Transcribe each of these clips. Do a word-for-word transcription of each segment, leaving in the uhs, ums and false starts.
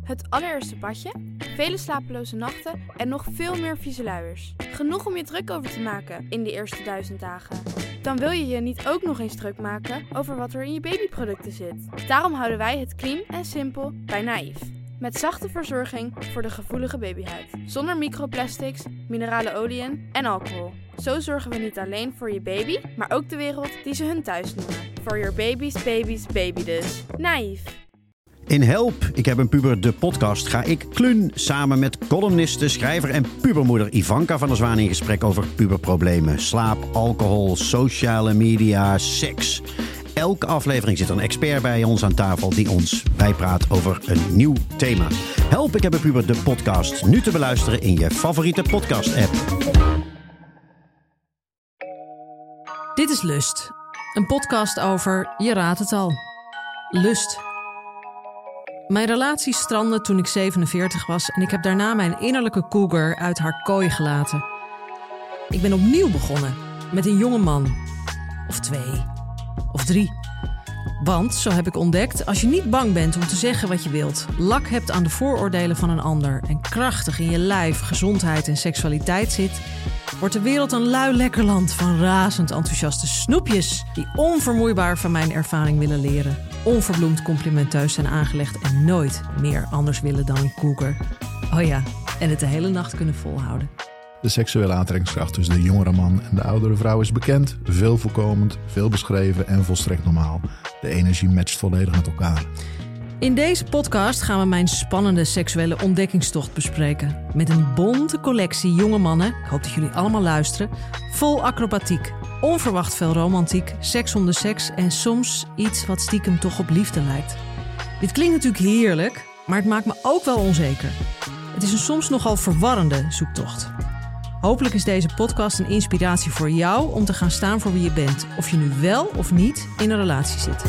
Het allereerste badje, vele slapeloze nachten en nog veel meer vieze luiers. Genoeg om je druk over te maken in die eerste duizend dagen. Dan wil je je niet ook nog eens druk maken over wat er in je babyproducten zit. Daarom houden wij het clean en simpel bij Naïef. Met zachte verzorging voor de gevoelige babyhuid. Zonder microplastics, minerale oliën en alcohol. Zo zorgen we niet alleen voor je baby, maar ook de wereld die ze hun thuis noemen. For your baby's baby's baby dus. Naïef. In Help, ik heb een puber, de podcast, ga ik Klun samen met columniste, schrijver en pubermoeder Ivanka van der Zwaan in gesprek over puberproblemen. Slaap, alcohol, sociale media, seks. Elke aflevering zit er een expert bij ons aan tafel die ons bijpraat over een nieuw thema. Help, ik heb een puber, de podcast. Nu te beluisteren in je favoriete podcast-app. Dit is Lust. Een podcast over, je raadt het al, lust. Mijn relatie strandde toen ik zevenenveertig was en ik heb daarna mijn innerlijke cougar uit haar kooi gelaten. Ik ben opnieuw begonnen met een jonge man. Of twee. Of drie. Want, zo heb ik ontdekt, als je niet bang bent om te zeggen wat je wilt, lak hebt aan de vooroordelen van een ander en krachtig in je lijf, gezondheid en seksualiteit zit, wordt de wereld een lui lekker land van razend enthousiaste snoepjes die onvermoeibaar van mijn ervaring willen leren, onverbloemd complimenteus zijn aangelegd en nooit meer anders willen dan een cougar. Oh ja, en het de hele nacht kunnen volhouden. De seksuele aantrekkingskracht tussen de jongere man en de oudere vrouw is bekend, veel voorkomend, veel beschreven en volstrekt normaal. De energie matcht volledig met elkaar. In deze podcast gaan we mijn spannende seksuele ontdekkingstocht bespreken. Met een bonte collectie jonge mannen, ik hoop dat jullie allemaal luisteren, vol acrobatiek, onverwacht veel romantiek, seks om de seks en soms iets wat stiekem toch op liefde lijkt. Dit klinkt natuurlijk heerlijk, maar het maakt me ook wel onzeker. Het is een soms nogal verwarrende zoektocht. Hopelijk is deze podcast een inspiratie voor jou om te gaan staan voor wie je bent. Of je nu wel of niet in een relatie zit.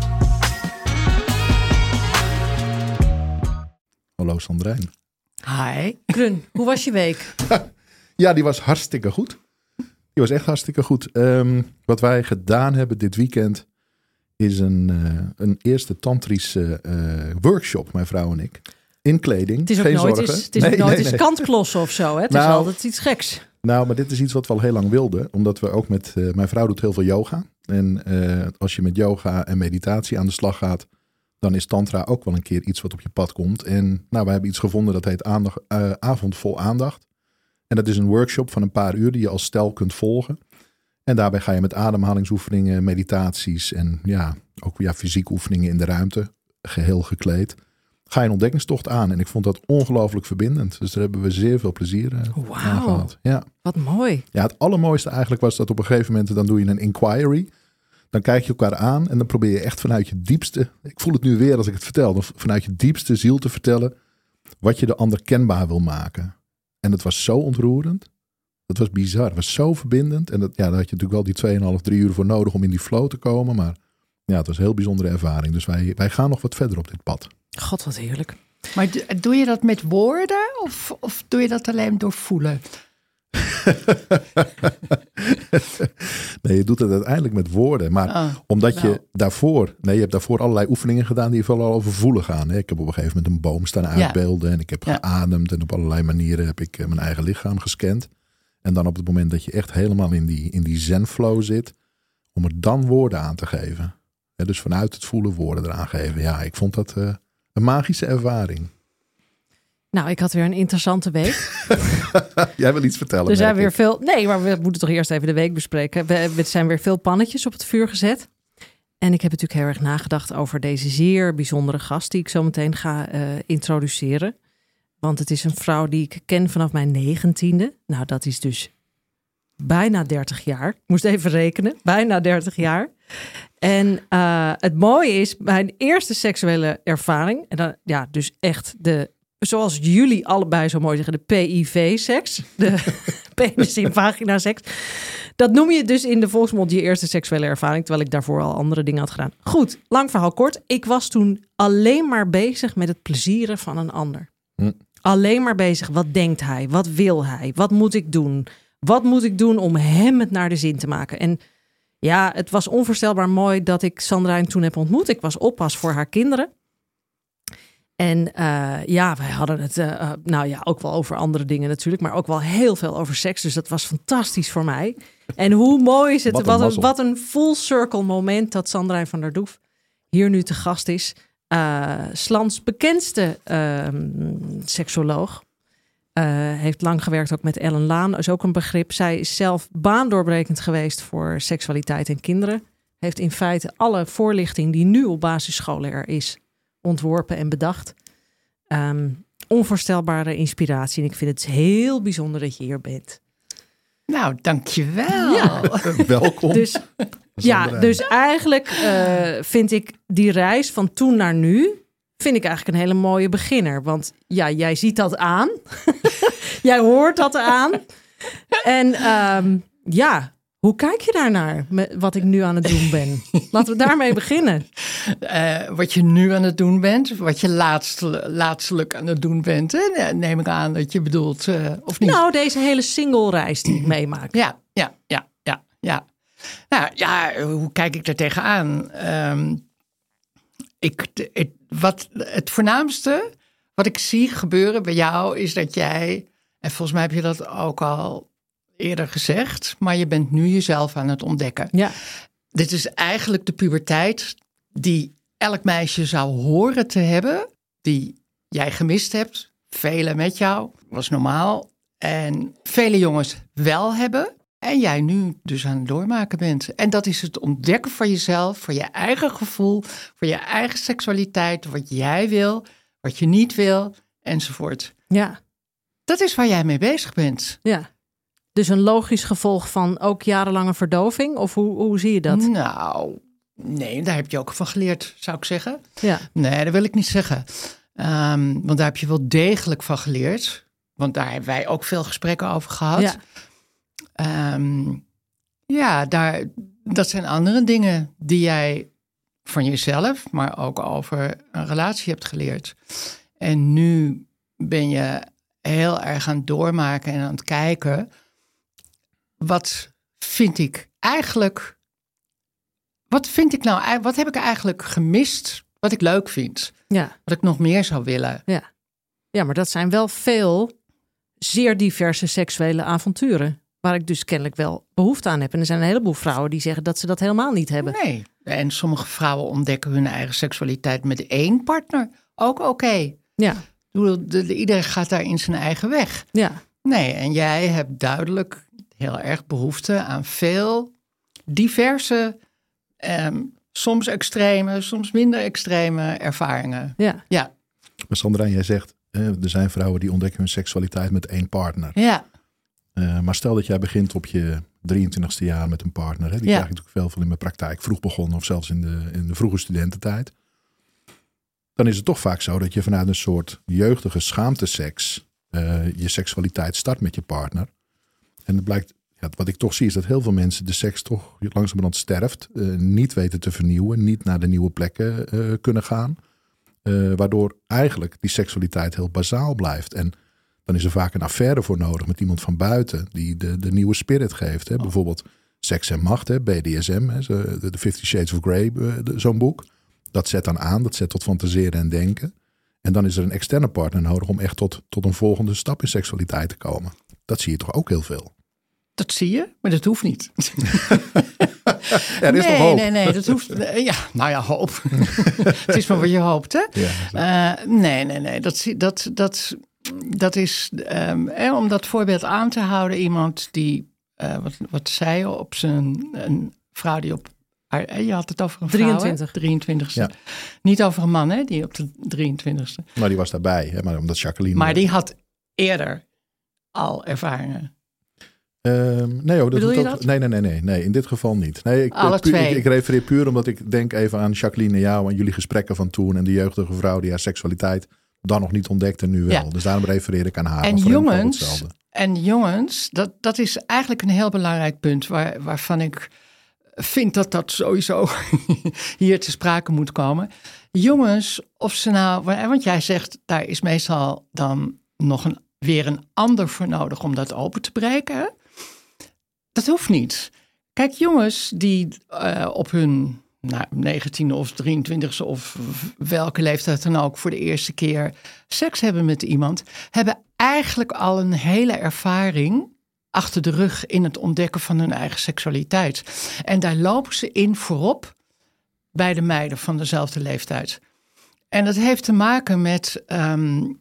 Hallo Sandrijn. Hi. Krun, hoe was je week? Ja, die was hartstikke goed. Die was echt hartstikke goed. Um, wat wij gedaan hebben dit weekend is een, uh, een eerste tantrische uh, workshop, mijn vrouw en ik. In kleding. Het is ook Geen nooit zorgen. eens, het is nee, ook nooit nee, eens nee. kantklossen of zo. Hè? Het nou, is altijd iets geks. Nou, maar dit is iets wat we al heel lang wilden. Omdat we ook met... Uh, mijn vrouw doet heel veel yoga. En uh, als je met yoga en meditatie aan de slag gaat, dan is tantra ook wel een keer iets wat op je pad komt. En nou, we hebben iets gevonden dat heet aandacht, uh, Avond vol aandacht. En dat is een workshop van een paar uur die je als stel kunt volgen. En daarbij ga je met ademhalingsoefeningen, meditaties en ja, ook ja, fysieke oefeningen in de ruimte, geheel gekleed, ga je een ontdekkingstocht aan. En ik vond dat ongelooflijk verbindend. Dus daar hebben we zeer veel plezier uh, Wauw, aan gehad. Ja. Wat mooi. Ja, het allermooiste eigenlijk was dat op een gegeven moment, dan doe je een inquiry. Dan kijk je elkaar aan en dan probeer je echt vanuit je diepste, ik voel het nu weer als ik het vertel, vanuit je diepste ziel te vertellen wat je de ander kenbaar wil maken. En het was zo ontroerend. Het was bizar. Het was zo verbindend. En dat, ja, daar had je natuurlijk wel die tweeënhalf, drie uur voor nodig om in die flow te komen. Maar ja, het was een heel bijzondere ervaring. Dus wij, wij gaan nog wat verder op dit pad. God, wat heerlijk. Maar doe je dat met woorden of, of doe je dat alleen door voelen? Nee, je doet het uiteindelijk met woorden. Maar oh, omdat wel. je daarvoor... Nee, je hebt daarvoor allerlei oefeningen gedaan die vooral over voelen gaan. Hè? Ik heb op een gegeven moment een boom staan uitbeelden. Ja. En ik heb ja. geademd. En op allerlei manieren heb ik mijn eigen lichaam gescand. En dan op het moment dat je echt helemaal in die, in die zen-flow zit, om er dan woorden aan te geven. Ja, dus vanuit het voelen woorden eraan geven. Ja, ik vond dat uh, een magische ervaring. Nou, ik had weer een interessante week. Jij wil iets vertellen? Er zijn weer ik. veel. Nee, maar we moeten toch eerst even de week bespreken. We, er zijn weer veel pannetjes op het vuur gezet. En ik heb natuurlijk heel erg nagedacht over deze zeer bijzondere gast die ik zo meteen ga uh, introduceren. Want het is een vrouw die ik ken vanaf mijn negentiende. Nou, dat is dus bijna dertig jaar. Ik moest even rekenen. Bijna dertig jaar. En uh, het mooie is, mijn eerste seksuele ervaring. En dan, ja, dus echt de, zoals jullie allebei zo mooi zeggen, de P I V-seks. De penis in vagina-seks. Dat noem je dus in de volksmond je eerste seksuele ervaring. Terwijl ik daarvoor al andere dingen had gedaan. Goed, lang verhaal kort. Ik was toen alleen maar bezig met het plezieren van een ander. Hm. Alleen maar bezig. Wat denkt hij? Wat wil hij? Wat moet ik doen? Wat moet ik doen om hem het naar de zin te maken? En ja, het was onvoorstelbaar mooi dat ik Sandrijn toen heb ontmoet. Ik was oppas voor haar kinderen. En uh, ja, wij hadden het uh, uh, nou ja, ook wel over andere dingen natuurlijk, maar ook wel heel veel over seks. Dus dat was fantastisch voor mij. En hoe mooi is het, wat een, wat een, wat een full circle moment dat Sandrijn van der Doef hier nu te gast is. Uh, 's lands bekendste uh, seksoloog. Uh, heeft lang gewerkt ook met Ellen Laan, is ook een begrip. Zij is zelf baandoorbrekend geweest voor seksualiteit en kinderen. Heeft in feite alle voorlichting die nu op basisscholen er is ontworpen en bedacht. Um, onvoorstelbare inspiratie. En ik vind het heel bijzonder dat je hier bent. Nou, dankjewel. Ja. Welkom. Dus, ja, dus eigenlijk uh, vind ik die reis van toen naar nu, vind ik eigenlijk een hele mooie beginner. Want ja, jij ziet dat aan. Jij hoort dat aan. En um, ja, hoe kijk je daarnaar, met wat ik nu aan het doen ben? Laten we daarmee beginnen. Uh, wat je nu aan het doen bent, wat je laatst, laatstelijk aan het doen bent, hè? Neem ik aan dat je bedoelt, uh, of niet? Nou, deze hele single reis die ik meemaak. Ja, ja, ja, ja, ja. Nou ja, hoe kijk ik daar tegenaan? Um, ik, het, wat, het voornaamste wat ik zie gebeuren bij jou is dat jij, en volgens mij heb je dat ook al eerder gezegd, maar je bent nu jezelf aan het ontdekken. Ja. Dit is eigenlijk de puberteit die elk meisje zou horen te hebben, die jij gemist hebt. Velen met jou, was normaal. En vele jongens wel hebben. En jij nu dus aan het doormaken bent. En dat is het ontdekken van jezelf, voor je eigen gevoel, voor je eigen seksualiteit, wat jij wil, wat je niet wil, enzovoort. Ja. Dat is waar jij mee bezig bent. Ja. Dus een logisch gevolg van ook jarenlange verdoving? Of hoe, hoe zie je dat? Nou, nee, daar heb je ook van geleerd, zou ik zeggen. Ja. Nee, dat wil ik niet zeggen. Um, want daar heb je wel degelijk van geleerd. Want daar hebben wij ook veel gesprekken over gehad. Ja, um, ja daar, dat zijn andere dingen die jij van jezelf, maar ook over een relatie hebt geleerd. En nu ben je heel erg aan het doormaken en aan het kijken. Wat vind ik eigenlijk... Wat vind ik nou... Wat heb ik eigenlijk gemist wat ik leuk vind? ja, Wat ik nog meer zou willen? ja. Ja, maar dat zijn wel veel zeer diverse seksuele avonturen. Waar ik dus kennelijk wel behoefte aan heb. En er zijn een heleboel vrouwen die zeggen dat ze dat helemaal niet hebben. Nee. En sommige vrouwen ontdekken hun eigen seksualiteit met één partner. Ook oké. Okay. Ja. Iedereen gaat daar in zijn eigen weg. Ja. Nee, en jij hebt duidelijk heel erg behoefte aan veel diverse, um, soms extreme, soms minder extreme ervaringen. Ja. Ja. Maar Sandra, jij zegt, uh, er zijn vrouwen die ontdekken hun seksualiteit met één partner. Ja. Uh, maar stel dat jij begint op je drieëntwintigste jaar met een partner. Hè? Die ja. krijg ik natuurlijk veel veel in mijn praktijk. Vroeg begonnen of zelfs in de, in de vroege studententijd. Dan is het toch vaak zo dat je vanuit een soort jeugdige schaamteseks uh, je seksualiteit start met je partner. En het blijkt, ja, wat ik toch zie is dat heel veel mensen de seks toch langzamerhand sterft. Uh, niet weten te vernieuwen, niet naar de nieuwe plekken uh, kunnen gaan. Uh, waardoor eigenlijk die seksualiteit heel bazaal blijft. En dan is er vaak een affaire voor nodig met iemand van buiten die de, de nieuwe spirit geeft. Hè? Bijvoorbeeld Seks en Macht, hè? B D S M, hè? de Fifty Shades of Grey, zo'n boek. Dat zet dan aan, dat zet tot fantaseren en denken. En dan is er een externe partner nodig om echt tot, tot een volgende stap in seksualiteit te komen. Dat zie je toch ook heel veel? Dat zie je, maar dat hoeft niet. Ja, er is nee, nog hoop. nee, nee, dat hoeft. Ja, nou ja, hoop. Het is maar wat je hoopt, hè? Ja, uh, nee, nee, nee. Dat, dat, dat, dat is, um, eh, om dat voorbeeld aan te houden, iemand die, uh, wat, wat zei je, op zijn, een vrouw die op, je had het over een drieëntwintig. vrouw, drieëntwintigste. Ja. Niet over een man, hè, die op de drieëntwintigste. Nou, die was daarbij, hè, maar omdat Jacqueline... Maar die had eerder al ervaringen. Um, nee, hoor, dat Bedoel je ook, dat? Nee, nee, nee, nee, nee, in dit geval niet. Nee, ik, Alle pu- twee. Ik, ik refereer puur omdat ik denk even aan Jacqueline en jou en jullie gesprekken van toen en de jeugdige vrouw die haar seksualiteit dan nog niet ontdekte en nu wel. Ja. Dus daarom refereer ik aan haar. En Maar voor hem geldt jongens, hetzelfde. en jongens, dat, dat is eigenlijk een heel belangrijk punt waar, waarvan ik vind dat dat sowieso hier te sprake moet komen. Jongens, of ze nou, want jij zegt daar is meestal dan nog een, weer een ander voor nodig om dat open te breken. Hè? Dat hoeft niet. Kijk, jongens die uh, op hun nou, negentiende of drieëntwintigste of welke leeftijd dan ook voor de eerste keer seks hebben met iemand, hebben eigenlijk al een hele ervaring achter de rug in het ontdekken van hun eigen seksualiteit. En daar lopen ze in voorop bij de meiden van dezelfde leeftijd. En dat heeft te maken met um,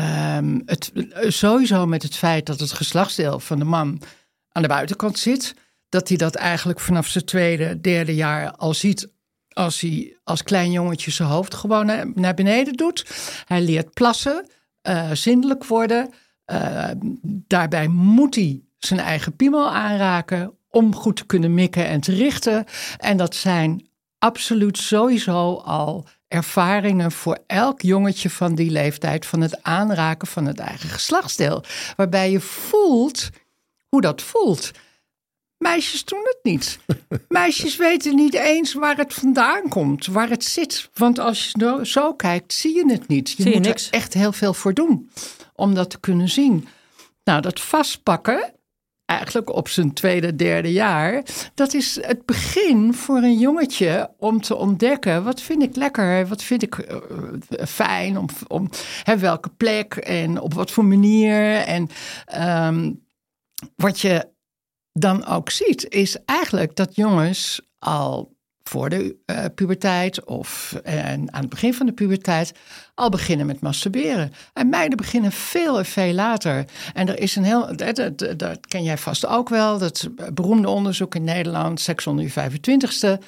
um, het, sowieso met het feit dat het geslachtsdeel van de man aan de buitenkant zit. Dat hij dat eigenlijk vanaf zijn tweede, derde jaar al ziet als hij als klein jongetje zijn hoofd gewoon naar beneden doet. Hij leert plassen, uh, zindelijk worden. Uh, daarbij moet hij zijn eigen piemel aanraken om goed te kunnen mikken en te richten. En dat zijn absoluut sowieso al ervaringen voor elk jongetje van die leeftijd van het aanraken van het eigen geslachtsdeel. Waarbij je voelt hoe dat voelt. Meisjes doen het niet. Meisjes weten niet eens waar het vandaan komt, waar het zit. Want als je zo kijkt, zie je het niet. Je, zie je moet niks. er echt heel veel voor doen om dat te kunnen zien. Nou, dat vastpakken, eigenlijk op zijn tweede, derde jaar, dat is het begin voor een jongetje om te ontdekken, wat vind ik lekker, wat vind ik uh, fijn, om, om hè, welke plek en op wat voor manier. En um, wat je dan ook ziet, is eigenlijk dat jongens al voor de uh, puberteit of uh, aan het begin van de puberteit al beginnen met masturberen. En meiden beginnen veel en veel later. En er is een heel, dat, dat, dat ken jij vast ook wel, dat beroemde onderzoek in Nederland, Seks onder je vijfentwintigste,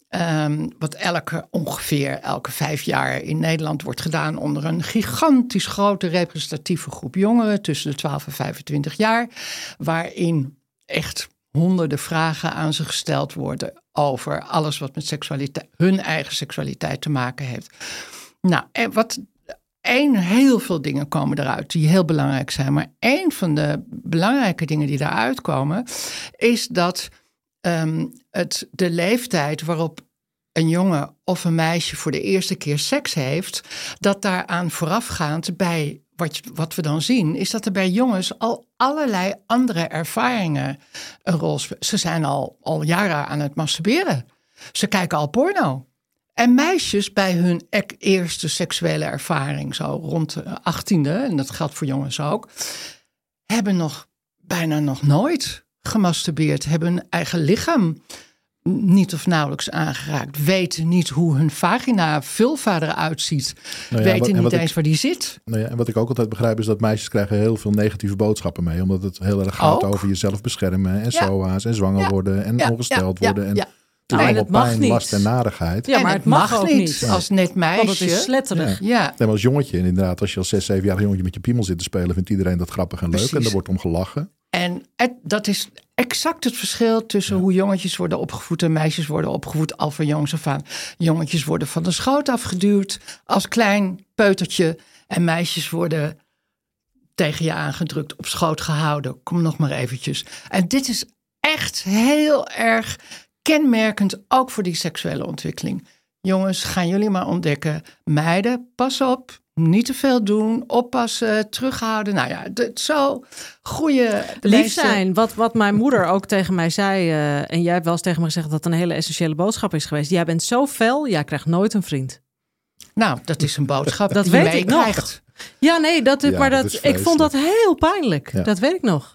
um, wat elke, ongeveer elke vijf jaar in Nederland wordt gedaan onder een gigantisch grote representatieve groep jongeren tussen de twaalf en vijfentwintig jaar, waarin echt honderden vragen aan ze gesteld worden over alles wat met seksualiteit, hun eigen seksualiteit te maken heeft. Nou, en wat één, heel veel dingen komen eruit die heel belangrijk zijn. Maar één van de belangrijke dingen die daaruit komen, is dat um, het de leeftijd waarop een jongen of een meisje voor de eerste keer seks heeft, dat daaraan voorafgaand bij Wat, je, wat we dan zien, is dat er bij jongens al allerlei andere ervaringen een rol spelen. Ze zijn al, al jaren aan het masturberen. Ze kijken al porno. En meisjes bij hun eerste seksuele ervaring, zo rond de achttiende, en dat geldt voor jongens ook, hebben nog bijna nog nooit gemasturbeerd, hebben hun eigen lichaam niet of nauwelijks aangeraakt, weten niet hoe hun vagina vulva eruit ziet, nou ja, weten wat, niet eens ik, waar die zit. Nou ja, en wat ik ook altijd begrijp is dat meisjes krijgen heel veel negatieve boodschappen mee, omdat het heel erg gaat ook over jezelf beschermen en ja. S O A's en zwanger ja. worden en ja. ongesteld ja. worden en ja. Nou, allemaal het mag pijn, niet. last en narigheid. Ja, maar en het mag, mag ook niet. niet. Als net meisje. Want het is sletterig. Ja. Ja. En als jongetje, en inderdaad, als je als zes, zevenjarig jongetje met je piemel zit te spelen, vindt iedereen dat grappig en leuk. Precies. En er wordt om gelachen. En het, dat is exact het verschil tussen ja. hoe jongetjes worden opgevoed en meisjes worden opgevoed al van jongs af aan. Jongetjes worden van de schoot afgeduwd als klein peutertje en meisjes worden tegen je aangedrukt, op schoot gehouden. Kom nog maar eventjes. En dit is echt heel erg kenmerkend ook voor die seksuele ontwikkeling. Jongens, gaan jullie maar ontdekken. Meiden, pas op. Niet te veel doen, oppassen, terughouden. Nou ja, het zo groeien. Lief mensen. zijn. Wat, wat mijn moeder ook tegen mij zei. Uh, en jij hebt wel eens tegen me gezegd dat het een hele essentiële boodschap is geweest. Jij bent zo fel, jij krijgt nooit een vriend. Nou, dat is een boodschap dat die weet je ik meekrijgt. nog. Ja, nee, dat, ja, maar dat dat, ik vond dat heel pijnlijk. Ja. Dat weet ik nog.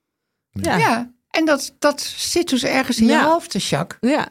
Ja, ja en dat, dat zit dus ergens in ja. je hoofd, Jacques. Ja.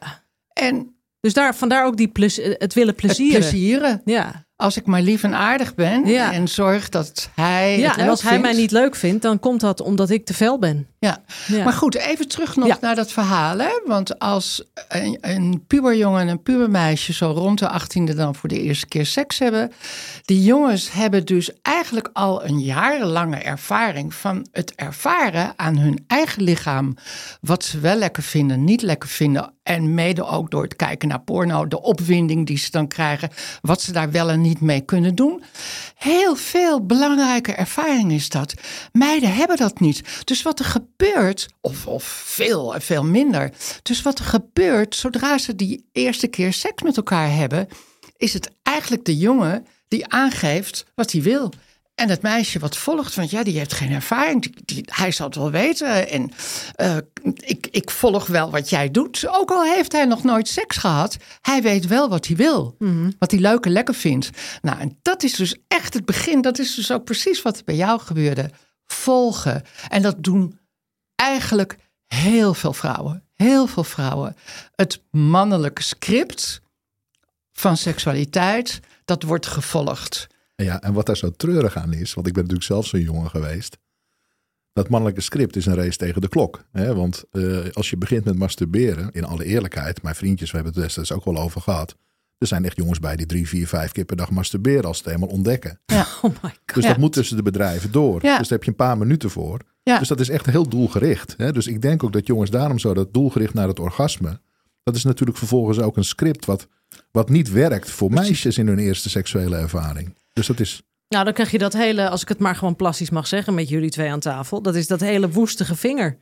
En dus daar, vandaar ook die plez, het willen plezieren. Het plezieren. Ja. Als ik maar lief en aardig ben ja. en zorg dat hij ja, het en als hij vindt. mij niet leuk vindt, dan komt dat omdat ik te fel ben. Ja, ja. Maar goed, even terug nog ja. naar dat verhaal. Hè? Want als een, een puberjongen en een pubermeisje zo rond de achttiende dan voor de eerste keer seks hebben. Die jongens hebben dus eigenlijk al een jarenlange ervaring van het ervaren aan hun eigen lichaam. Wat ze wel lekker vinden, niet lekker vinden. En mede ook door het kijken naar porno, de opwinding die ze dan krijgen. Wat ze daar wel en niet mee kunnen doen. Heel veel belangrijke ervaring is dat. Meiden hebben dat niet. Dus wat er gebeurt, of, of veel en veel minder. Dus wat er gebeurt, zodra ze die eerste keer seks met elkaar hebben, is het eigenlijk de jongen die aangeeft wat hij wil. En het meisje wat volgt, want ja, die heeft geen ervaring. Die, die, hij zal het wel weten. En uh, ik, ik volg wel wat jij doet. Ook al heeft hij nog nooit seks gehad. Hij weet wel wat hij wil. Mm-hmm. Wat hij leuk en lekker vindt. Nou, en dat is dus echt het begin. Dat is dus ook precies wat er bij jou gebeurde. Volgen. En dat doen eigenlijk heel veel vrouwen. Heel veel vrouwen. Het mannelijke script van seksualiteit, dat wordt gevolgd. Ja, en wat daar zo treurig aan is, want ik ben natuurlijk zelf zo'n jongen geweest. Dat mannelijke script is een race tegen de klok. Hè? Want uh, als je begint met masturberen, in alle eerlijkheid, mijn vriendjes, we hebben het destijds ook wel over gehad. Er zijn echt jongens bij die drie, vier, vijf keer per dag masturberen als ze het helemaal ontdekken. Ja. Oh my God. Dus dat moet tussen de bedrijven door. Ja. Dus daar heb je een paar minuten voor. Ja. Dus dat is echt heel doelgericht. Hè? Dus ik denk ook dat jongens daarom zo dat doelgericht naar het orgasme. Dat is natuurlijk vervolgens ook een script wat, wat niet werkt voor meisjes in hun eerste seksuele ervaring. Dus dat is... Nou, dan krijg je dat hele, als ik het maar gewoon plastisch mag zeggen, met jullie twee aan tafel. Dat is dat hele woestige vinger.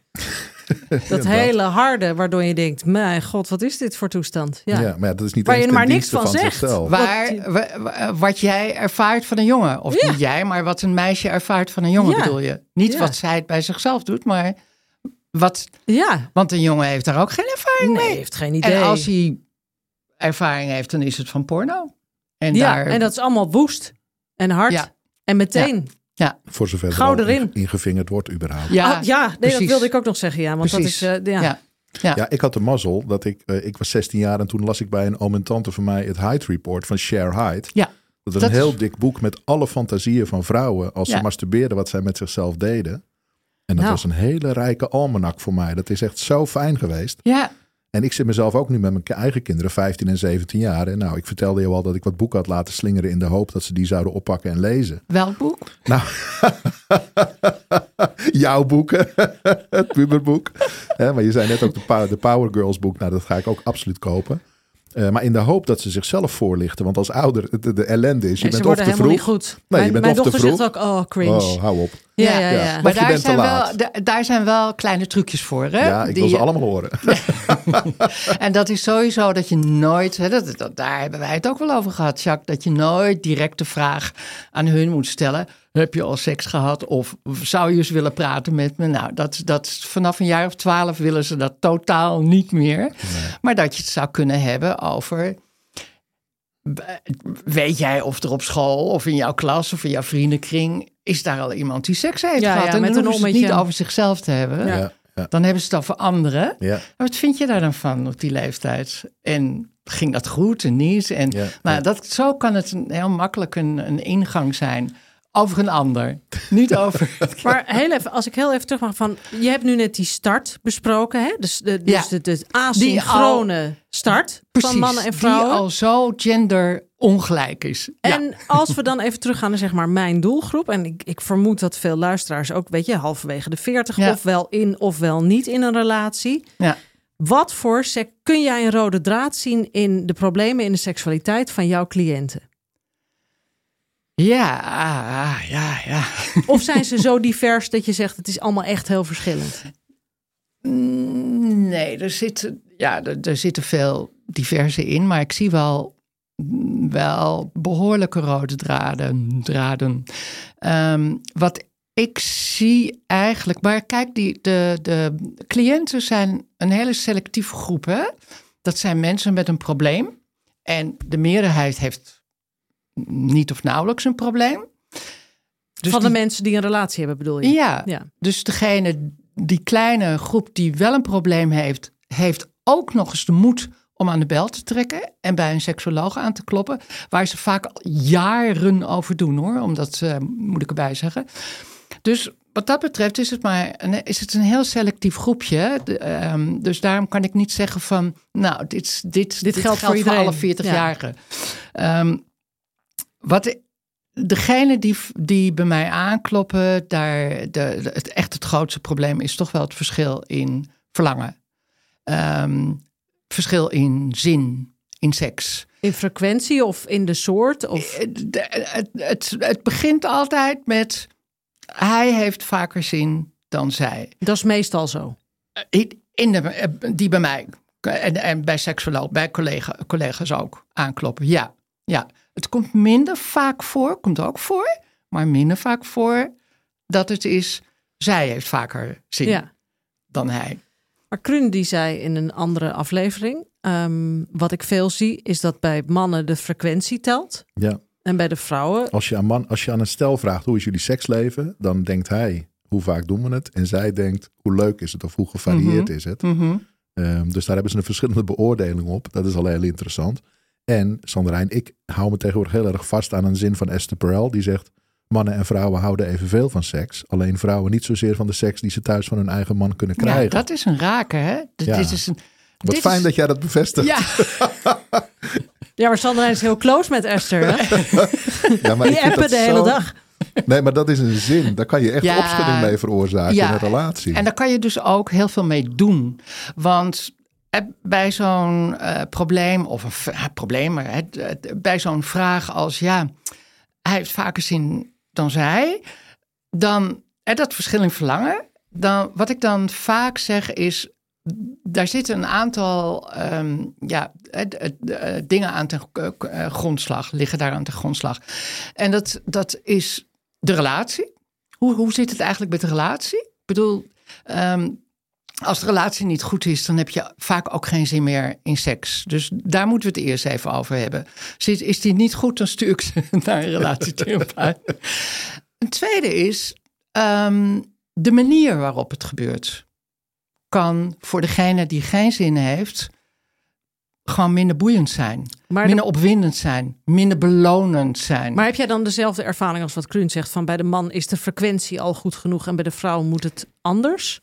Dat ja, hele harde, waardoor je denkt, mijn god, wat is dit voor toestand? Ja, ja maar ja, dat is niet waar eens je er maar ten niks van, van zegt. zichzelf. Waar, wat, wat jij ervaart van een jongen. Of Ja. niet jij, maar wat een meisje ervaart van een jongen, Ja. bedoel je. Niet Ja. wat zij het bij zichzelf doet, maar wat... Ja. Want een jongen heeft daar ook geen ervaring Nee, mee. heeft geen idee. En als hij ervaring heeft, dan is het van porno. En, ja, daar, en dat is allemaal woest en hard. Ja. En meteen. Ja. Voor zover Gauw er al erin. ingevingerd wordt überhaupt. Ja, Ah, ja, nee, dat precies. wilde ik ook nog zeggen. Ja, want Precies. dat is, uh, ja. Ja. Ja. Ja, ik had de mazzel dat ik, uh, ik was zestien jaar en toen las ik bij een oom en tante van mij het Hyde Report van Cher Hyde. Ja. Dat was Dat een heel is- dik boek met alle fantasieën van vrouwen als Ja. ze masturbeerden wat zij met zichzelf deden. En dat Nou. was een hele rijke almanak voor mij. Dat is echt zo fijn geweest. Ja. En ik zit mezelf ook nu met mijn eigen kinderen, vijftien en zeventien jaar. En nou, ik vertelde je al dat ik wat boeken had laten slingeren in de hoop dat ze die zouden oppakken en lezen. Welk boek? Nou, jouw boeken, het puberboek. Hè, maar je zei net ook de Power, de Power Girls boek. Nou, dat ga ik ook absoluut kopen. Uh, maar in de hoop dat ze zichzelf voorlichten. Want als ouder, de, de ellende is, je Nee, ze bent of worden te helemaal vroeg. niet goed. Nee, mijn je bent mijn of te dochter vroeg. zegt ook, oh, cringe. Oh, hou op. Ja, ja, ja. Ja. Maar Of je daar bent te zijn, wel, laat. da- daar zijn wel kleine trucjes voor. Hè? Ja, ik Die, wil ze allemaal horen. En dat is sowieso dat je nooit, hè, dat, dat, daar hebben wij het ook wel over gehad, Jacques, dat je nooit direct de vraag aan hun moet stellen: heb je al seks gehad? Of zou je eens willen praten met me? Nou, dat, dat vanaf een jaar of twaalf willen ze dat totaal niet meer. Nee. Maar dat je het zou kunnen hebben over: weet jij of er op school of in jouw klas of in jouw vriendenkring is daar al iemand die seks heeft Ja, gehad? ja, en met dan een hoeven ze het ommetje. niet over zichzelf te hebben. Ja. Ja, ja, Dan hebben ze het over anderen. ja. Maar wat vind je daar dan van op die leeftijd? En ging dat goed en niet? En, Ja, nou, ja. dat, zo kan het een, heel makkelijk een, een ingang zijn over een ander. Niet over... Maar heel even, als ik heel even terug mag van, je hebt nu net die start besproken, hè? Dus de, dus Ja. de, de asynchrone start Precies, van mannen en vrouwen. die al zo genderongelijk is. Ja. En als we dan even teruggaan naar zeg maar mijn doelgroep, en ik, ik vermoed dat veel luisteraars ook, weet je, halverwege de veertig, Ja. ofwel in ofwel niet in een relatie. Ja. Wat voor sec- kun jij een rode draad zien in de problemen in de seksualiteit van jouw cliënten? Ja, ah, ja, ja. Of zijn ze zo divers dat je zegt het is allemaal echt heel verschillend? Nee, er zitten, ja, er, er zitten veel diverse in, maar ik zie wel, wel behoorlijke rode draden. draden. Um, wat ik zie eigenlijk, maar kijk, die, de, de cliënten zijn een hele selectieve groep. Hè? Dat zijn mensen met een probleem en de meerderheid heeft niet of nauwelijks een probleem. Dus van de die, mensen die een relatie hebben, bedoel je? ja, Ja. dus degene, die kleine groep die wel een probleem heeft, heeft ook nog eens de moed om aan de bel te trekken en bij een seksoloog aan te kloppen, waar ze vaak al jaren over doen, hoor. Omdat, uh, moet ik erbij zeggen. Dus wat dat betreft is het maar een, is het een heel selectief groepje. De, um, dus daarom kan ik niet zeggen van, nou, dit, dit, dit, dit geldt voor, voor alle veertigjarigen. Ja. Um, wat degene die, die bij mij aankloppen, daar de, de, het echt het grootste probleem is toch wel het verschil in verlangen. Um, verschil in zin, in seks. In frequentie of in de soort? Of? De, het, het, het begint altijd met, hij heeft vaker zin dan zij. Dat is meestal zo. In de, die bij mij en, en bij seksoloog, bij collega, collega's ook aankloppen. Ja, ja. Het komt minder vaak voor, komt ook voor. maar minder vaak voor dat het is, zij heeft vaker zin Ja. dan hij. Maar Krun die zei in een andere aflevering, um, wat ik veel zie, is dat bij mannen de frequentie telt. Ja. En bij de vrouwen... Als je, aan man, als je aan een stel vraagt, hoe is jullie seksleven? Dan denkt hij, hoe vaak doen we het? En zij denkt, hoe leuk is het of hoe gevarieerd Mm-hmm. is het? Mm-hmm. Um, dus daar hebben ze een verschillende beoordeling op. Dat is al heel interessant. En Sanderijn, ik hou me tegenwoordig heel erg vast aan een zin van Esther Perel. Die zegt, mannen en vrouwen houden evenveel van seks. Alleen vrouwen niet zozeer van de seks die ze thuis van hun eigen man kunnen krijgen. Ja, dat is een raken, hè? D- Ja. Dit is een, Wat dit fijn is, dat jij dat bevestigt. Ja, Ja, maar Sanderijn is heel close met Esther. Hè? Ja, maar ik Die vind appen dat de zo- hele dag. Nee, maar dat is een zin. Daar kan je echt Ja. opschudding mee veroorzaken Ja. in een relatie. en daar kan je dus ook heel veel mee doen. Want eh, bij zo'n uh, probleem, of een v- uh, probleem, maar het, het, bij zo'n vraag als ja, hij heeft vaker zin dan zij, dan eh, dat verschil in verlangen. Dan, wat ik dan vaak zeg is, daar zitten een aantal um, ja, uh, uh, uh, dingen aan ten uh, uh, grondslag, liggen daar aan ten grondslag. En dat, dat is de relatie. Hoe, hoe zit het eigenlijk met de relatie? Ik bedoel, um, als de relatie niet goed is, dan heb je vaak ook geen zin meer in seks. Dus daar moeten we het eerst even over hebben. Zit, is die niet goed, dan stuur ik ze naar een relatietherapeut. Een tweede is um, de manier waarop het gebeurt. Kan voor degene die geen zin heeft gewoon minder boeiend zijn. Maar minder de- opwindend zijn. Minder belonend zijn. Maar heb jij dan dezelfde ervaring als wat Krun zegt? Van bij de man is de frequentie al goed genoeg en bij de vrouw moet het anders?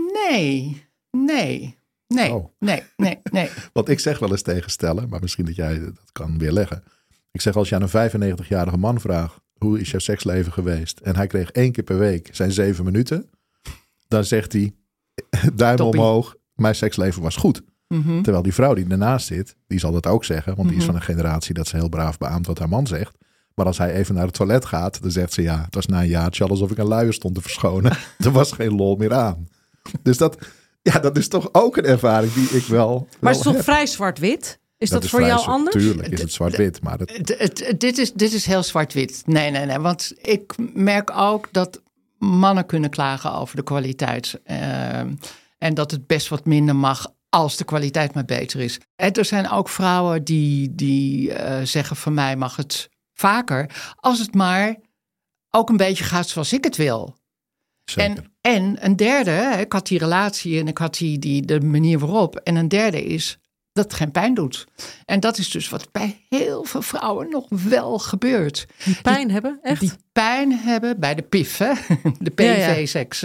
Nee, nee, nee, Oh. nee, nee, nee. Want ik zeg wel eens tegen stellen, maar misschien dat jij dat kan weerleggen. Ik zeg, als je aan een vijfennegentigjarige man vraagt, hoe is jouw seksleven geweest? En hij kreeg één keer per week zijn zeven minuten. Dan zegt hij, duim Toppie. omhoog, mijn seksleven was goed. Mm-hmm. Terwijl die vrouw die ernaast zit, die zal dat ook zeggen. Want die is Mhm. van een generatie dat ze heel braaf beaamt wat haar man zegt. Maar als hij even naar het toilet gaat, dan zegt ze ja, het was na een jaartje al alsof ik een luier stond te verschonen. Er was geen lol meer aan. Dus dat, ja, dat is toch ook een ervaring die ik wel Maar wel het is toch heb. vrij zwart-wit? Is dat, is voor vrij jou zo- anders? Tuurlijk is het zwart-wit, maar het, Het, het, het- dit, is, dit is heel zwart-wit. Nee, nee, nee. Want ik merk ook dat mannen kunnen klagen over de kwaliteit. Uh, en dat het best wat minder mag als de kwaliteit maar beter is. En er zijn ook vrouwen die, die uh, zeggen van mij mag het vaker. Als het maar ook een beetje gaat zoals ik het wil. zeker. En, en een derde, hè, ik had die relatie en ik had die, die, de manier waarop. En een derde is dat het geen pijn doet. En dat is dus wat bij heel veel vrouwen nog wel gebeurt. Die pijn hebben? Echt? Die pijn hebben bij de P I V, hè? De P Ja, ja. V-seks,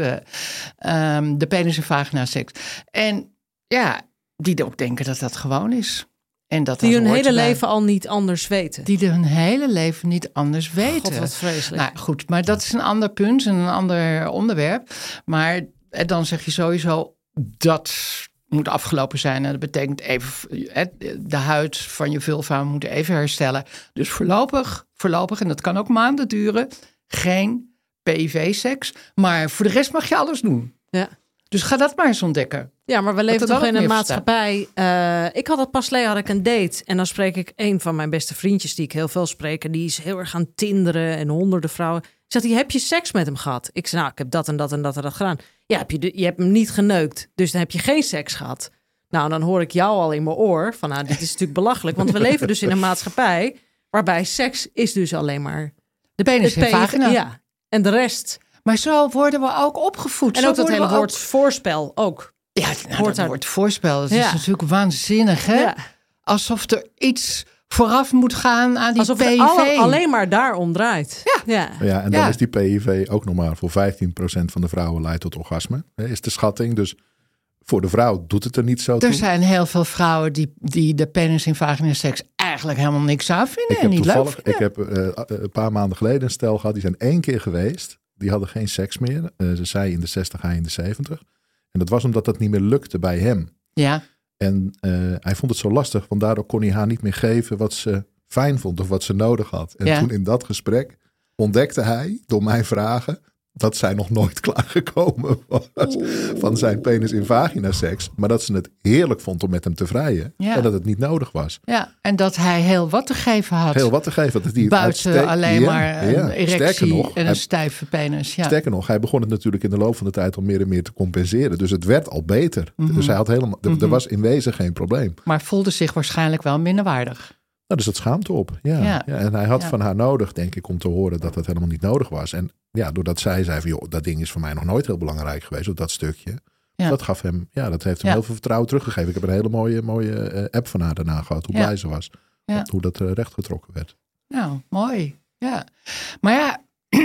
uh, um, de penis- en vagina-seks. En ja, die ook denken dat dat gewoon is. En dat Die dat hun hoort hele erbij. leven al niet anders weten. Die hun hele leven niet anders weten. God, wat vreselijk. Nou goed, maar dat is een ander punt en een ander onderwerp. Maar eh, dan zeg je sowieso dat moet afgelopen zijn. En dat betekent even eh, de huid van je vulva moet even herstellen. Dus voorlopig, voorlopig, en dat kan ook maanden duren, geen P I V-seks. Maar voor de rest mag je alles doen. Ja. Dus ga dat maar eens ontdekken. Ja, maar we leven er toch dan in ook een meer maatschappij. Uh, ik had het pas geleden had ik een date. En dan spreek ik een van mijn beste vriendjes die ik heel veel spreek. En die is heel erg gaan tinderen en honderden vrouwen. Zegt hij, heb je seks met hem gehad? Ik zei, nou, ik heb dat en dat en dat en dat gedaan. Ja, heb je, de, je hebt hem niet geneukt. Dus dan heb je geen seks gehad. Nou, dan hoor ik jou al in mijn oor. Van, nou, dit is natuurlijk belachelijk. Want we leven dus in een maatschappij waarbij seks is dus alleen maar De penis en het P I V. vagina. Ja, en de rest. Maar zo worden we ook opgevoed. En Zo ook dat worden hele we woord voorspel ook. Ja, nou, hoort dat daar- woord voorspel, dat Ja. is natuurlijk waanzinnig, hè? Ja. Alsof er iets vooraf moet gaan aan die Alsof P I V. het alle, alleen maar daarom draait. Ja. ja. Ja, en dan Ja. is die P I V ook nog maar voor vijftien procent van de vrouwen leidt tot orgasme. Hè, is de schatting. Dus voor de vrouw doet het er niet zo toe. Er zijn heel veel vrouwen die, die de penis in vagina seks eigenlijk helemaal niks aan vinden Ik en heb niet leuk toevallig, vinden. ik heb uh, een paar maanden geleden een stel gehad. Die zijn één keer geweest. Die hadden geen seks meer. Uh, ze zei in de zestig, hij in de zeventig. En dat was omdat dat niet meer lukte bij hem. Ja, En uh, hij vond het zo lastig, want daardoor kon hij haar niet meer geven wat ze fijn vond of wat ze nodig had. En Ja. toen in dat gesprek ontdekte hij, door mijn vragen, dat zij nog nooit klaargekomen was van zijn penis in vagina seks. Maar dat ze het heerlijk vond om met hem te vrijen. Ja. En dat het niet nodig was. Ja, en dat hij heel wat te geven had. Heel wat te geven. Dat die buiten uitste- alleen ja, maar een ja. erectie nog, en een hij, stijve penis. Ja. Sterker nog, hij begon het natuurlijk in de loop van de tijd al meer en meer te compenseren. Dus het werd al beter. Mm-hmm. Dus hij had helemaal, mm-hmm. er was in wezen geen probleem. Maar voelde zich waarschijnlijk wel minderwaardig. Nou, dus dat schaamte op. Ja. Ja. Ja, en hij had ja. van haar nodig, denk ik, om te horen dat dat helemaal niet nodig was. En ja, doordat zij zei van, joh, dat ding is voor mij nog nooit heel belangrijk geweest, of dat stukje. Ja. Dat gaf hem, ja, dat heeft hem ja. heel veel vertrouwen teruggegeven. Ik heb een hele mooie, mooie uh, app van haar daarna gehad, hoe ja. blij ze was. Ja. Hoe dat uh, rechtgetrokken werd. Nou, mooi. Ja. Maar ja,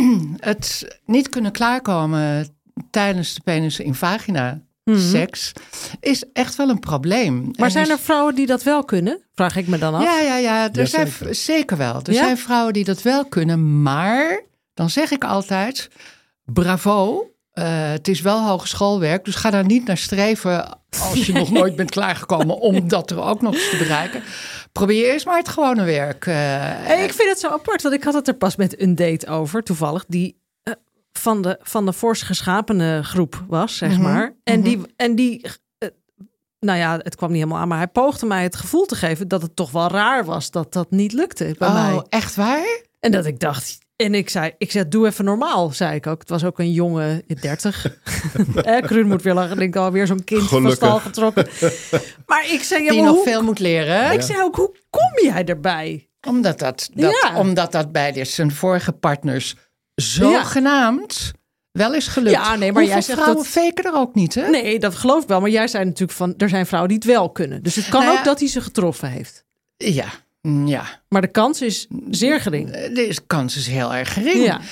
het niet kunnen klaarkomen tijdens de penis in vagina Mm-hmm. seks is echt wel een probleem. Maar en zijn is... er vrouwen die dat wel kunnen? Vraag ik me dan af. Ja, ja, ja. Er ja, zijn zeker. zeker wel. Er ja? zijn vrouwen die dat wel kunnen. Maar dan zeg ik altijd, bravo. Uh, het is wel hogeschoolwerk. Dus ga daar niet naar streven als je nog nooit bent klaargekomen om dat er ook nog eens te bereiken. Probeer eerst maar het gewone werk. Uh, hey, ik vind het zo apart, want ik had het er pas met een date over, toevallig, die van de, van de fors geschapene groep was, zeg mm-hmm, maar. En mm-hmm. die, en die uh, nou ja, het kwam niet helemaal aan, maar hij poogde mij het gevoel te geven dat het toch wel raar was dat dat niet lukte bij oh, mij. Echt waar? En dat ik dacht, en ik zei, ik zei, doe even normaal, zei ik ook. Het was ook een jongen in dertig. eh, Kruun moet weer lachen, denk ik alweer zo'n kind van stal getrokken. Maar ik zei, ja, die maar nog hoe, veel moet leren. Ja. Ik zei ook, hoe kom jij erbij? Omdat dat, dat, ja. omdat dat bij de, zijn vorige partners zogenaamd ja. wel is gelukt. Ja, nee, maar Hoeveel jij zegt vrouwen dat faken er ook niet, hè? Nee, dat geloof ik wel. Maar jij zei natuurlijk van, er zijn vrouwen die het wel kunnen. Dus het kan nou ja, ook dat hij ze getroffen heeft. Ja, ja. Maar de kans is zeer gering. De kans is heel erg gering. Ja.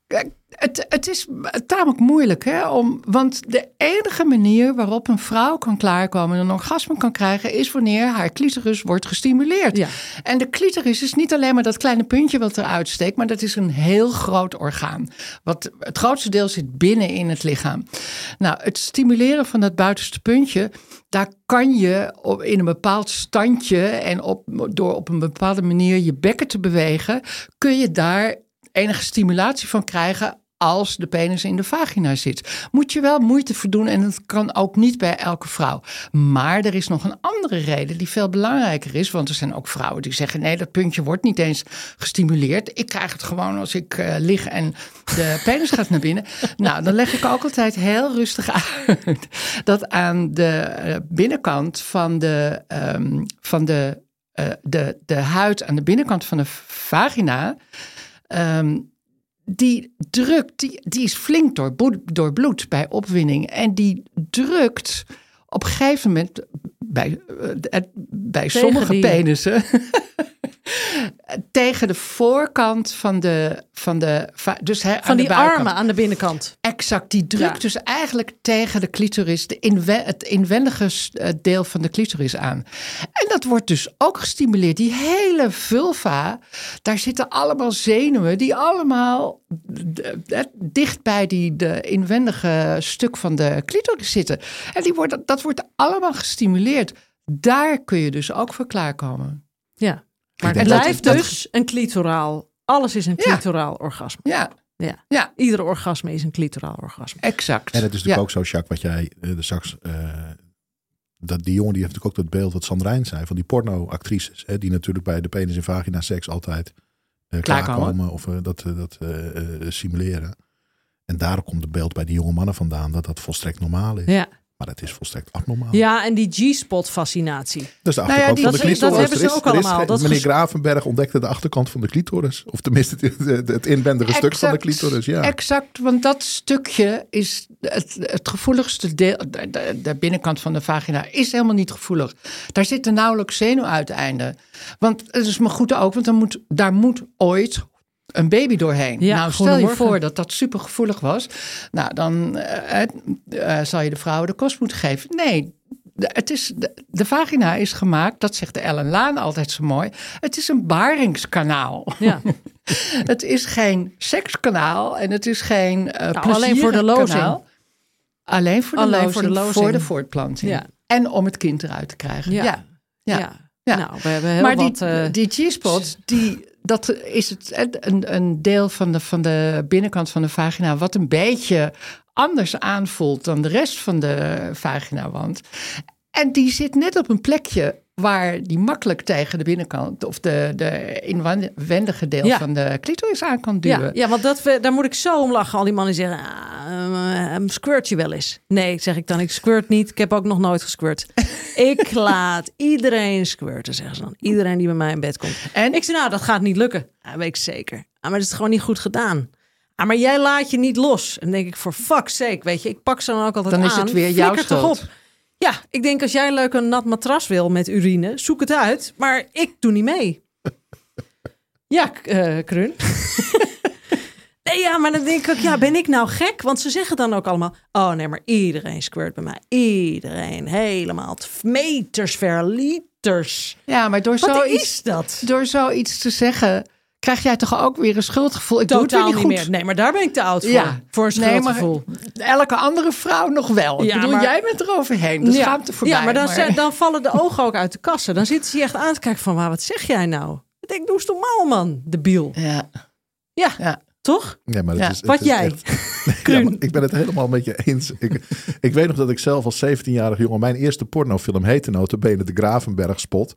Het, het is tamelijk moeilijk, hè? Om, want de enige manier waarop een vrouw kan klaarkomen en een orgasme kan krijgen, is wanneer haar clitoris wordt gestimuleerd. Ja. En de clitoris is niet alleen maar dat kleine puntje wat eruit steekt, maar dat is een heel groot orgaan. Wat het grootste deel zit binnen in het lichaam. Nou, het stimuleren van dat buitenste puntje, daar kan je op, in een bepaald standje en op, door op een bepaalde manier je bekken te bewegen, kun je daar enige stimulatie van krijgen als de penis in de vagina zit. Moet je wel moeite voor doen en dat kan ook niet bij elke vrouw. Maar er is nog een andere reden die veel belangrijker is, want er zijn ook vrouwen die zeggen, nee, dat puntje wordt niet eens gestimuleerd. Ik krijg het gewoon als ik uh, lig en de penis gaat naar binnen. Nou, dan leg ik ook altijd heel rustig uit dat aan de uh, binnenkant van de, um, van de, uh, de, de huid aan de binnenkant van de vagina, Um, die drukt, die, die is flink doorbloed bij opwinding. En die drukt op een gegeven moment bij, uh, bij sommige die... penissen tegen de voorkant van de, van de, dus he, van aan die de buitenkant. armen aan de binnenkant. Exact, die drukt ja. dus eigenlijk tegen de clitoris, de inwe- het inwendige deel van de clitoris aan. En dat wordt dus ook gestimuleerd. Die hele vulva, daar zitten allemaal zenuwen die allemaal dicht bij die de inwendige stuk van de clitoris zitten. En die wordt, dat wordt allemaal gestimuleerd. Daar kun je dus ook voor klaarkomen. Ja. Maar het blijft dus een clitoraal. Alles is een clitoraal ja. orgasme. Ja. Ja. ja. Iedere orgasme is een clitoraal orgasme. Exact. En het is natuurlijk ja. ook zo, Jacques, wat jij uh, straks... Uh, dat die jongen die heeft natuurlijk ook dat beeld wat Sandrijn zei, van die porno-actrices. Hè, die natuurlijk bij de penis en vagina seks altijd uh, klaarkomen. Of uh, dat, uh, dat uh, uh, simuleren. En daar komt het beeld bij die jonge mannen vandaan dat dat volstrekt normaal is. Ja. Maar dat is volstrekt abnormaal. Ja, en die G-spot fascinatie. Dat is de achterkant nou ja, van de clitoris. Dat hebben ze ook er is, allemaal. Er is, dat meneer ges... Gravenberg ontdekte de achterkant van de clitoris. Of tenminste het, het inwendige exact, stuk van de clitoris. Ja. Exact, want dat stukje is het, het gevoeligste deel. De, de binnenkant van de vagina is helemaal niet gevoelig. Daar zitten nauwelijks zenuwuiteinden. Want het is maar goed ook, want dan moet, daar moet ooit een baby doorheen. Ja, nou, stel je voor dat dat super gevoelig was. Nou, dan uh, uh, zal je de vrouwen de kost moeten geven. Nee, de, het is, de, de vagina is gemaakt, dat zegt de Ellen Laan altijd zo mooi. Het is een baringskanaal. Ja. Het is geen sekskanaal en het is geen uh, nou, alleen voor de lozing. Alleen voor de, alleen lozing, voor de lozing, voor de voortplanting. Ja. En om het kind eruit te krijgen. Ja. ja. ja. ja. ja. Nou, we hebben heel maar wat, die, uh... die G-spot, die, dat is het een, een deel van de, van de binnenkant van de vagina wat een beetje anders aanvoelt dan de rest van de vaginawand. En die zit net op een plekje waar die makkelijk tegen de binnenkant of de, de inwendige deel ja. van de clitoris aan kan duwen. Ja, ja want dat, daar moet ik zo om lachen. Al die mannen zeggen, ah, um, squirt je wel eens? Nee, zeg ik dan, ik squirt niet. Ik heb ook nog nooit gesquirt. Ik laat iedereen squirten, zeggen ze dan. Iedereen die bij mij in bed komt. En ik zeg, nou, dat gaat niet lukken. Ja, weet ik zeker. Ah, maar dat is gewoon niet goed gedaan. Ah, maar jij laat je niet los. En dan denk ik, voor fuck's sake, weet je, ik pak ze dan ook altijd aan. Dan is het weer jouw schuld. Ja, ik denk als jij leuk een nat matras wil met urine, zoek het uit. Maar ik doe niet mee. Ja, uh, Krun. Nee, ja, maar dan denk ik ook, ja, ben ik nou gek? Want ze zeggen dan ook allemaal, oh nee, maar iedereen squirt bij mij. Iedereen, helemaal. Meters ver, liters. Ja, maar door Wat zoiets, is dat? Door zoiets te zeggen, krijg jij toch ook weer een schuldgevoel? Ik Totaal doe het niet niet meer. Nee, maar daar ben ik te oud voor. Ja. Voor een schuldgevoel. Nee, maar elke andere vrouw nog wel. Ik ja, bedoel, maar jij bent er overheen. Dus ja, schaamte voorbij. Ja, maar dan, maar... dan vallen de ogen ook uit de kassen. Dan zitten ze je echt aan te kijken van, waar, wat zeg jij nou? Ik denk, doe eens normaal, man, debiel. Ja. Ja, ja. toch? Ja, maar dat ja. is, Wat is jij? Echt, ja, ik ben het helemaal met je eens. Ik, ik weet nog dat ik zelf als zeventienjarig jongen, mijn eerste pornofilm heette nota bene de Gravenberg Spot.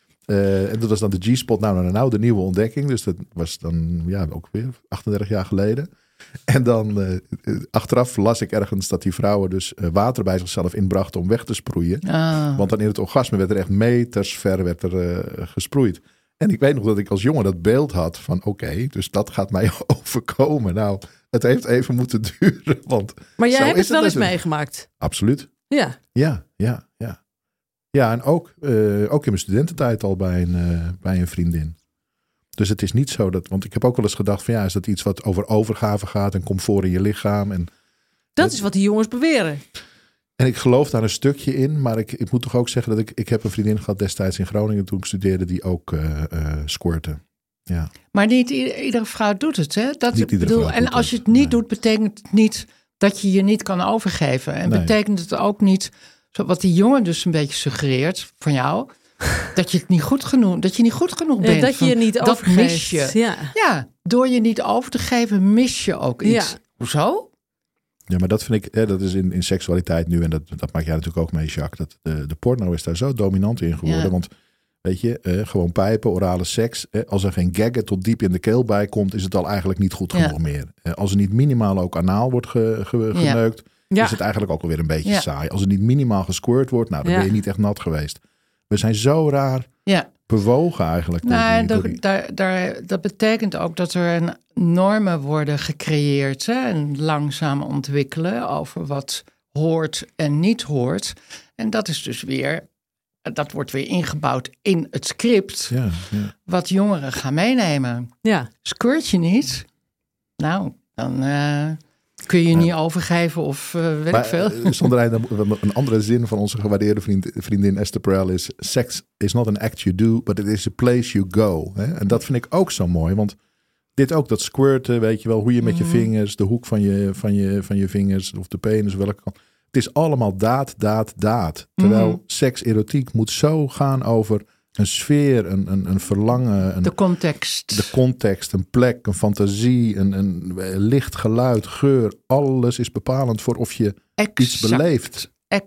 Uh, en dat was dan de G-spot, nou, nou, nou, de nieuwe ontdekking. Dus dat was dan, ja, ook weer achtendertig jaar geleden. En dan uh, achteraf las ik ergens dat die vrouwen dus uh, water bij zichzelf inbrachten om weg te sproeien. Ah. Want dan in het orgasme werd er echt meters ver werd er, uh, gesproeid. En ik weet nog dat ik als jongen dat beeld had van oké, okay, dus dat gaat mij overkomen. Nou, het heeft even moeten duren. Want maar jij zo hebt is het wel eens natuurlijk. meegemaakt. Absoluut. Ja. Ja, ja, ja. Ja, en ook, uh, ook in mijn studententijd al bij een, uh, bij een vriendin. Dus het is niet zo dat... Want ik heb ook wel eens gedacht van ja, is dat iets wat over overgave gaat en comfort in je lichaam? En, dat is wat die jongens beweren. En ik geloof daar een stukje in, maar ik, ik moet toch ook zeggen dat ik... Ik heb een vriendin gehad destijds in Groningen toen ik studeerde die ook uh, uh, squirtte. Ja. Maar niet i- iedere vrouw doet het, hè? Dat, niet iedere bedoel, vrouw en doet als je het, het niet nee. doet, betekent het niet dat je je niet kan overgeven. En Nee. betekent het ook niet, wat die jongen dus een beetje suggereert van jou, dat je het niet goed genoeg, dat je niet goed genoeg bent. Dat je je niet dat overgeeft. mis je. Ja. Ja, door je niet over te geven, mis je ook iets. Ja. Hoezo? Ja, maar dat vind ik, hè, dat is in, in seksualiteit nu, en dat, dat maak jij natuurlijk ook mee, Jacques. Dat de, de porno is daar zo dominant in geworden. Ja. Want weet je, eh, gewoon pijpen, orale seks. Eh, als er geen gaggen tot diep in de keel bij komt, is het al eigenlijk niet goed genoeg Ja. meer. Eh, als er niet minimaal ook anaal wordt ge, ge, Ja. geneukt, Ja. is het eigenlijk ook alweer een beetje Ja. saai. Als er niet minimaal gesquirt wordt, nou, dan Ja. ben je niet echt nat geweest. We zijn zo raar Ja. bewogen eigenlijk. door Nou, die- door dat, die- daar, daar, dat betekent ook dat er een normen worden gecreëerd, hè, en langzaam ontwikkelen over wat hoort en niet hoort. En dat is dus weer, dat wordt weer ingebouwd in het script, Ja, ja. wat jongeren gaan meenemen. Ja. Squirt je niet? Nou, dan uh, kun je je niet overgeven of uh, weet Maar, ik veel. uh, Sonderijn, dan- een andere zin van onze gewaardeerde vriend, vriendin Esther Perel is: sex is not an act you do, but it is a place you go. Hè? En dat vind ik ook zo mooi, want dit ook, dat squirten, weet je wel, hoe je met je vingers, de hoek van je, van je, van je vingers of de penis, welke kant. Het is allemaal daad, daad, daad. Terwijl Mhm. seks, erotiek moet zo gaan over een sfeer, een, een, een verlangen, een, De context. de context, een plek, een fantasie, een, een licht, geluid, geur. Alles is bepalend voor of je iets Exact. beleeft.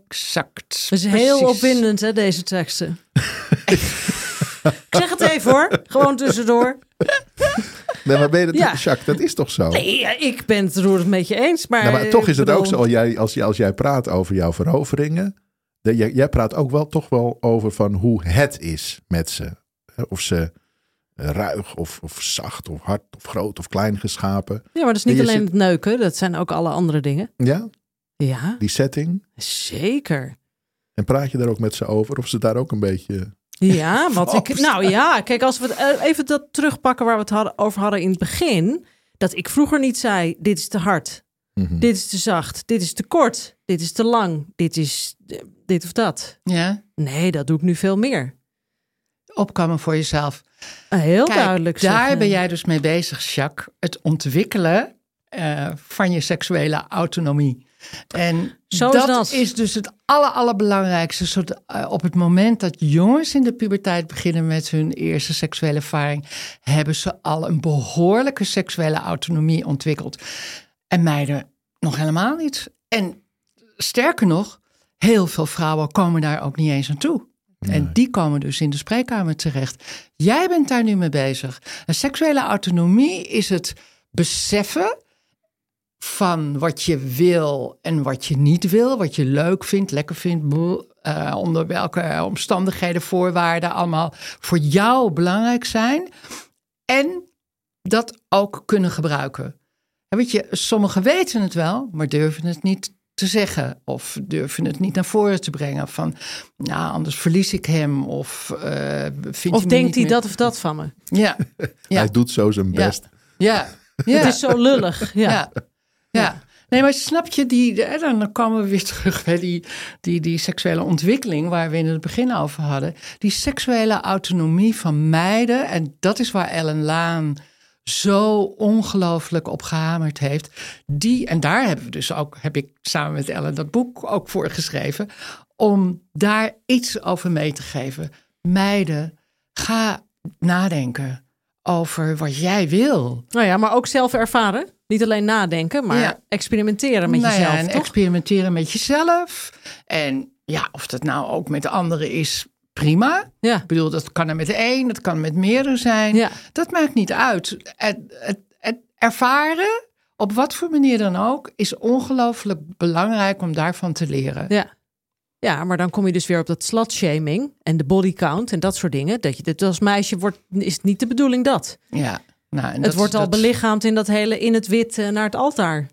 Exact. Dat is heel Precies. opwindend, hè, deze teksten. Ik zeg het even hoor, gewoon tussendoor. Nee, maar ben je dat, Ja. Jacques, dat is toch zo? Nee, ja, ik ben het roerend met je eens. Maar, Nou, maar toch is het bedoel, ook zo, als jij, als, jij, als jij praat over jouw veroveringen, dat jij, jij praat ook wel toch wel over van hoe het is met ze. Of ze ruig of, of zacht of hard of groot of klein geschapen. Ja, maar dat is niet En je alleen zit- het neuken, dat zijn ook alle andere dingen. Ja, Ja, die setting. zeker. En praat je daar ook met ze over? Of ze daar ook een beetje... Ja, wat ik. Nou ja, kijk, als we het eh, even dat terugpakken waar we het hadden, over hadden in het begin. Dat ik vroeger niet zei: dit is te hard, Mhm. dit is te zacht, dit is te kort, dit is te lang, dit is eh, dit of dat. Ja, Nee, dat doe ik nu veel meer. opkomen voor jezelf. Eh, Heel Kijk, duidelijk. daar zeggen. ben jij dus mee bezig, Jacques. Het ontwikkelen uh, van je seksuele autonomie. En Zo is dat, dat. is dus het aller, allerbelangrijkste. Zodat, uh, op het moment dat jongens in de puberteit beginnen met hun eerste seksuele ervaring, hebben ze al een behoorlijke seksuele autonomie ontwikkeld. En meiden nog helemaal niet. En sterker nog, heel veel vrouwen komen daar ook niet eens aan toe. Nee. En die komen dus in de spreekkamer terecht. Jij bent daar nu mee bezig. Een seksuele autonomie is het beseffen van wat je wil en wat je niet wil. Wat je leuk vindt, lekker vindt. Uh, onder welke omstandigheden, voorwaarden allemaal voor jou belangrijk zijn. En dat ook kunnen gebruiken. En weet je, sommigen weten het wel, maar durven het niet te zeggen. Of durven het niet naar voren te brengen. Van, nou, anders verlies ik hem. Of, uh, vindt of hij denkt hij meer... dat of dat van me? Ja. ja. Hij doet zo zijn best. Ja. ja. ja. Het is zo lullig. Ja. ja. ja. Nee, maar snap je, die, dan komen we weer terug bij die, die, die seksuele ontwikkeling waar we in het begin over hadden. Die seksuele autonomie van meiden, en dat is waar Ellen Laan zo ongelooflijk op gehamerd heeft. Die, en daar hebben we dus ook, heb ik samen met Ellen dat boek ook voor geschreven, om daar iets over mee te geven. Meiden, ga nadenken over wat jij wil. Nou ja, maar ook zelf ervaren. Niet alleen nadenken, maar ja. experimenteren met nou jezelf, ja, en toch? experimenteren met jezelf. En ja, of dat nou ook met anderen is, prima. Ja. Ik bedoel, dat kan er met één, dat kan met meerdere zijn. Ja. Dat maakt niet uit. Het, het, het ervaren, op wat voor manier dan ook, is ongelooflijk belangrijk om daarvan te leren. Ja. Ja, maar dan kom je dus weer op dat slutshaming en de body count en dat soort dingen. Dat je dit als meisje wordt, is het niet de bedoeling dat. Ja. Nou, en het dat, wordt al dat... belichaamd in dat hele in het wit naar het altaar.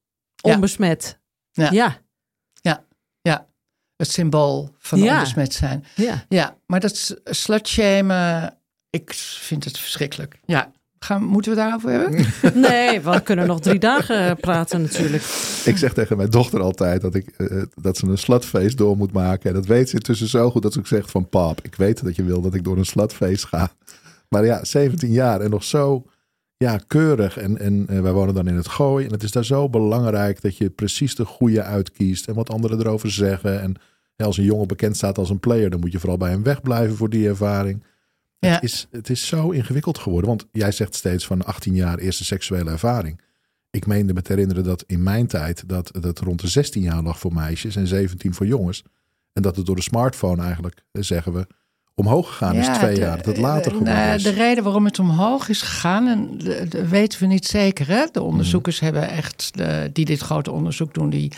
Onbesmet. Ja. Ja. Ja. ja. Het symbool van ja. onbesmet zijn. Ja. Ja, maar dat slutshamen, ik vind het verschrikkelijk. Ja. Gaan, moeten we daarover hebben? Nee, we kunnen nog drie dagen praten natuurlijk. Ik zeg tegen mijn dochter altijd dat, ik, uh, dat ze een slutfeest door moet maken. En dat weet ze intussen zo goed dat ze ook zegt van pap, ik weet dat je wil dat ik door een slutfeest ga. Maar ja, zeventien jaar en nog zo ja, keurig. En, en uh, wij wonen dan in het Gooi. En het is daar zo belangrijk dat je precies de goede uitkiest. En wat anderen erover zeggen. En ja, als een jongen bekend staat als een player, dan moet je vooral bij hem wegblijven voor die ervaring. Ja. Het, is, het is zo ingewikkeld geworden. Want jij zegt steeds van achttien jaar eerste seksuele ervaring. Ik meende me te herinneren dat in mijn tijd dat het rond de zestien jaar lag voor meisjes en zeventien voor jongens. En dat het door de smartphone eigenlijk, zeggen we, omhoog gegaan ja, is twee de, jaar. Dat het later geworden nou, is. De reden waarom het omhoog is gegaan, en de, de, weten we niet zeker. Hè? De onderzoekers hmm. hebben echt, de, die dit grote onderzoek doen, die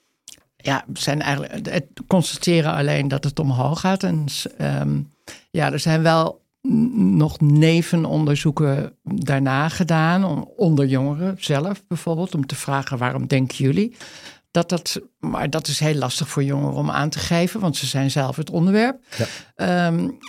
ja, zijn eigenlijk, het constateren alleen dat het omhoog gaat. En um, ja, er zijn wel nog nevenonderzoeken daarna gedaan, onder jongeren zelf bijvoorbeeld, om te vragen waarom denken jullie dat dat, maar dat is heel lastig voor jongeren om aan te geven, want ze zijn zelf het onderwerp. Ja. Um,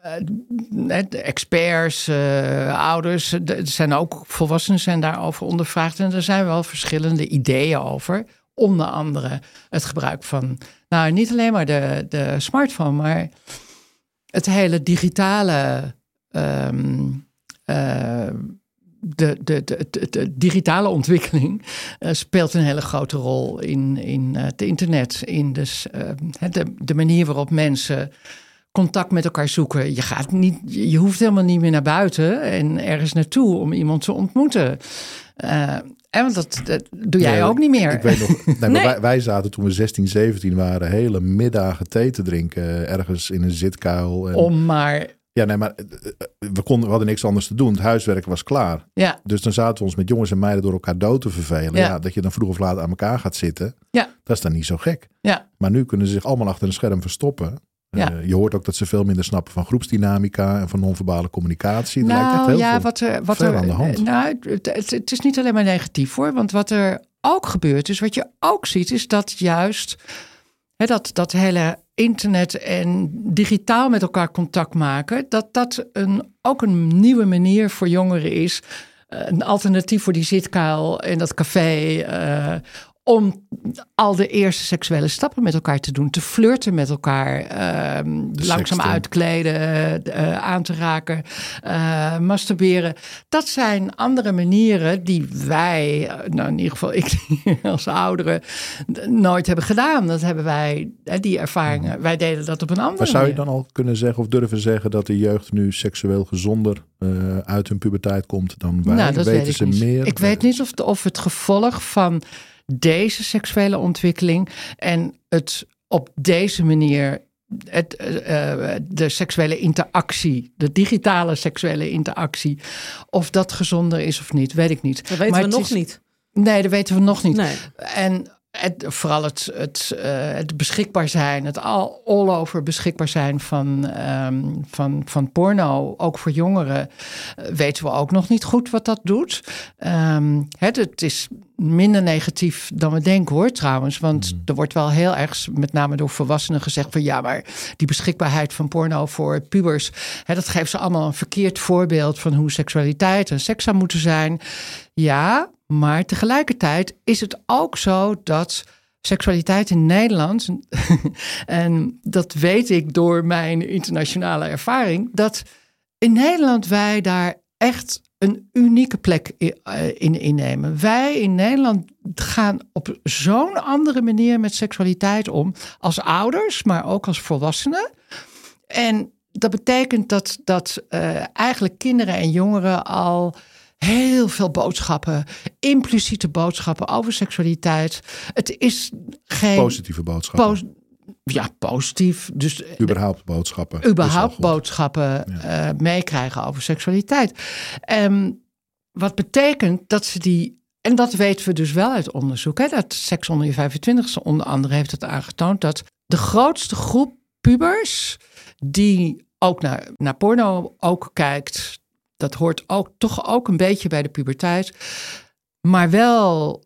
de experts, uh, ouders, er zijn ook volwassenen zijn daarover ondervraagd en er zijn wel verschillende ideeën over. Onder andere het gebruik van, nou niet alleen maar de, de smartphone, maar het hele digitale, um, uh, de, de, de, de, de digitale ontwikkeling uh, speelt een hele grote rol in, in uh, het internet. In dus, uh, de, de manier waarop mensen contact met elkaar zoeken. Je, gaat niet, je hoeft helemaal niet meer naar buiten en ergens naartoe om iemand te ontmoeten. Uh, En want dat, dat doe jij nee, ook niet meer. Ik weet nog, nee, nee. Wij, wij zaten toen we zestien, zeventien waren hele middagen thee te drinken ergens in een zitkuil. En, Om maar... Ja, nee, maar we, konden, we hadden niks anders te doen. Het huiswerk was klaar. Ja. Dus dan zaten we ons met jongens en meiden door elkaar dood te vervelen. Ja. Ja, dat je dan vroeg of laat aan elkaar gaat zitten. Ja. Dat is dan niet zo gek. Ja. Maar nu kunnen ze zich allemaal achter een scherm verstoppen. Ja. Uh, je hoort ook dat ze veel minder snappen van groepsdynamica en van non-verbale communicatie. Er nou, lijkt echt heel ja, veel, wat er, wat veel er, aan de hand. Nou, het, het, het is niet alleen maar negatief hoor. Want wat er ook gebeurt, is wat je ook ziet, is dat juist hè, dat, dat hele internet en digitaal met elkaar contact maken, dat dat een, ook een nieuwe manier voor jongeren is. Een alternatief voor die zitkuil en dat café. Uh, om al de eerste seksuele stappen met elkaar te doen. Te flirten met elkaar. Uh, langzaam uitkleden. Uh, aan te raken. Uh, masturberen. Dat zijn andere manieren die wij, nou in ieder geval ik als ouderen, nooit hebben gedaan. Dat hebben wij, die ervaringen. Wij deden dat op een andere maar zou je manier. dan al kunnen zeggen of durven zeggen dat de jeugd nu seksueel gezonder uh, uit hun puberteit komt dan wij? Nou, dat Weten weet ik ze niet. meer? Ik weet niet of, of het gevolg van deze seksuele ontwikkeling en het op deze manier het, uh, de seksuele interactie, de digitale seksuele interactie, of dat gezonder is of niet, weet ik niet. Dat weten maar we nog is, niet. Nee, dat weten we nog niet. Nee. En het, vooral het, het, uh, het beschikbaar zijn, het all, all over beschikbaar zijn van, um, van, van porno, ook voor jongeren, uh, weten we ook nog niet goed wat dat doet. Um, het, het is minder negatief dan we denken hoor trouwens, want mm. er wordt wel heel erg, met name door volwassenen gezegd van ja, maar die beschikbaarheid van porno voor pubers, hè, dat geeft ze allemaal een verkeerd voorbeeld van hoe seksualiteit en seks zou moeten zijn. Ja, maar tegelijkertijd is het ook zo dat seksualiteit in Nederland, en dat weet ik door mijn internationale ervaring, dat in Nederland wij daar echt een unieke plek in innemen. Wij in Nederland gaan op zo'n andere manier met seksualiteit om als ouders, maar ook als volwassenen. En dat betekent dat, dat uh, eigenlijk kinderen en jongeren al heel veel boodschappen, impliciete boodschappen over seksualiteit. Het is geen positieve boodschappen. Pos- ja, positief. Dus überhaupt boodschappen. Überhaupt boodschappen ja. uh, meekrijgen over seksualiteit. Um, wat betekent dat ze die, en dat weten we dus wel uit onderzoek, hè, dat Seks onder je vijfentwintigste onder andere heeft het aangetoond, dat de grootste groep pubers die ook naar, naar porno ook kijkt, dat hoort ook toch ook een beetje bij de puberteit. Maar wel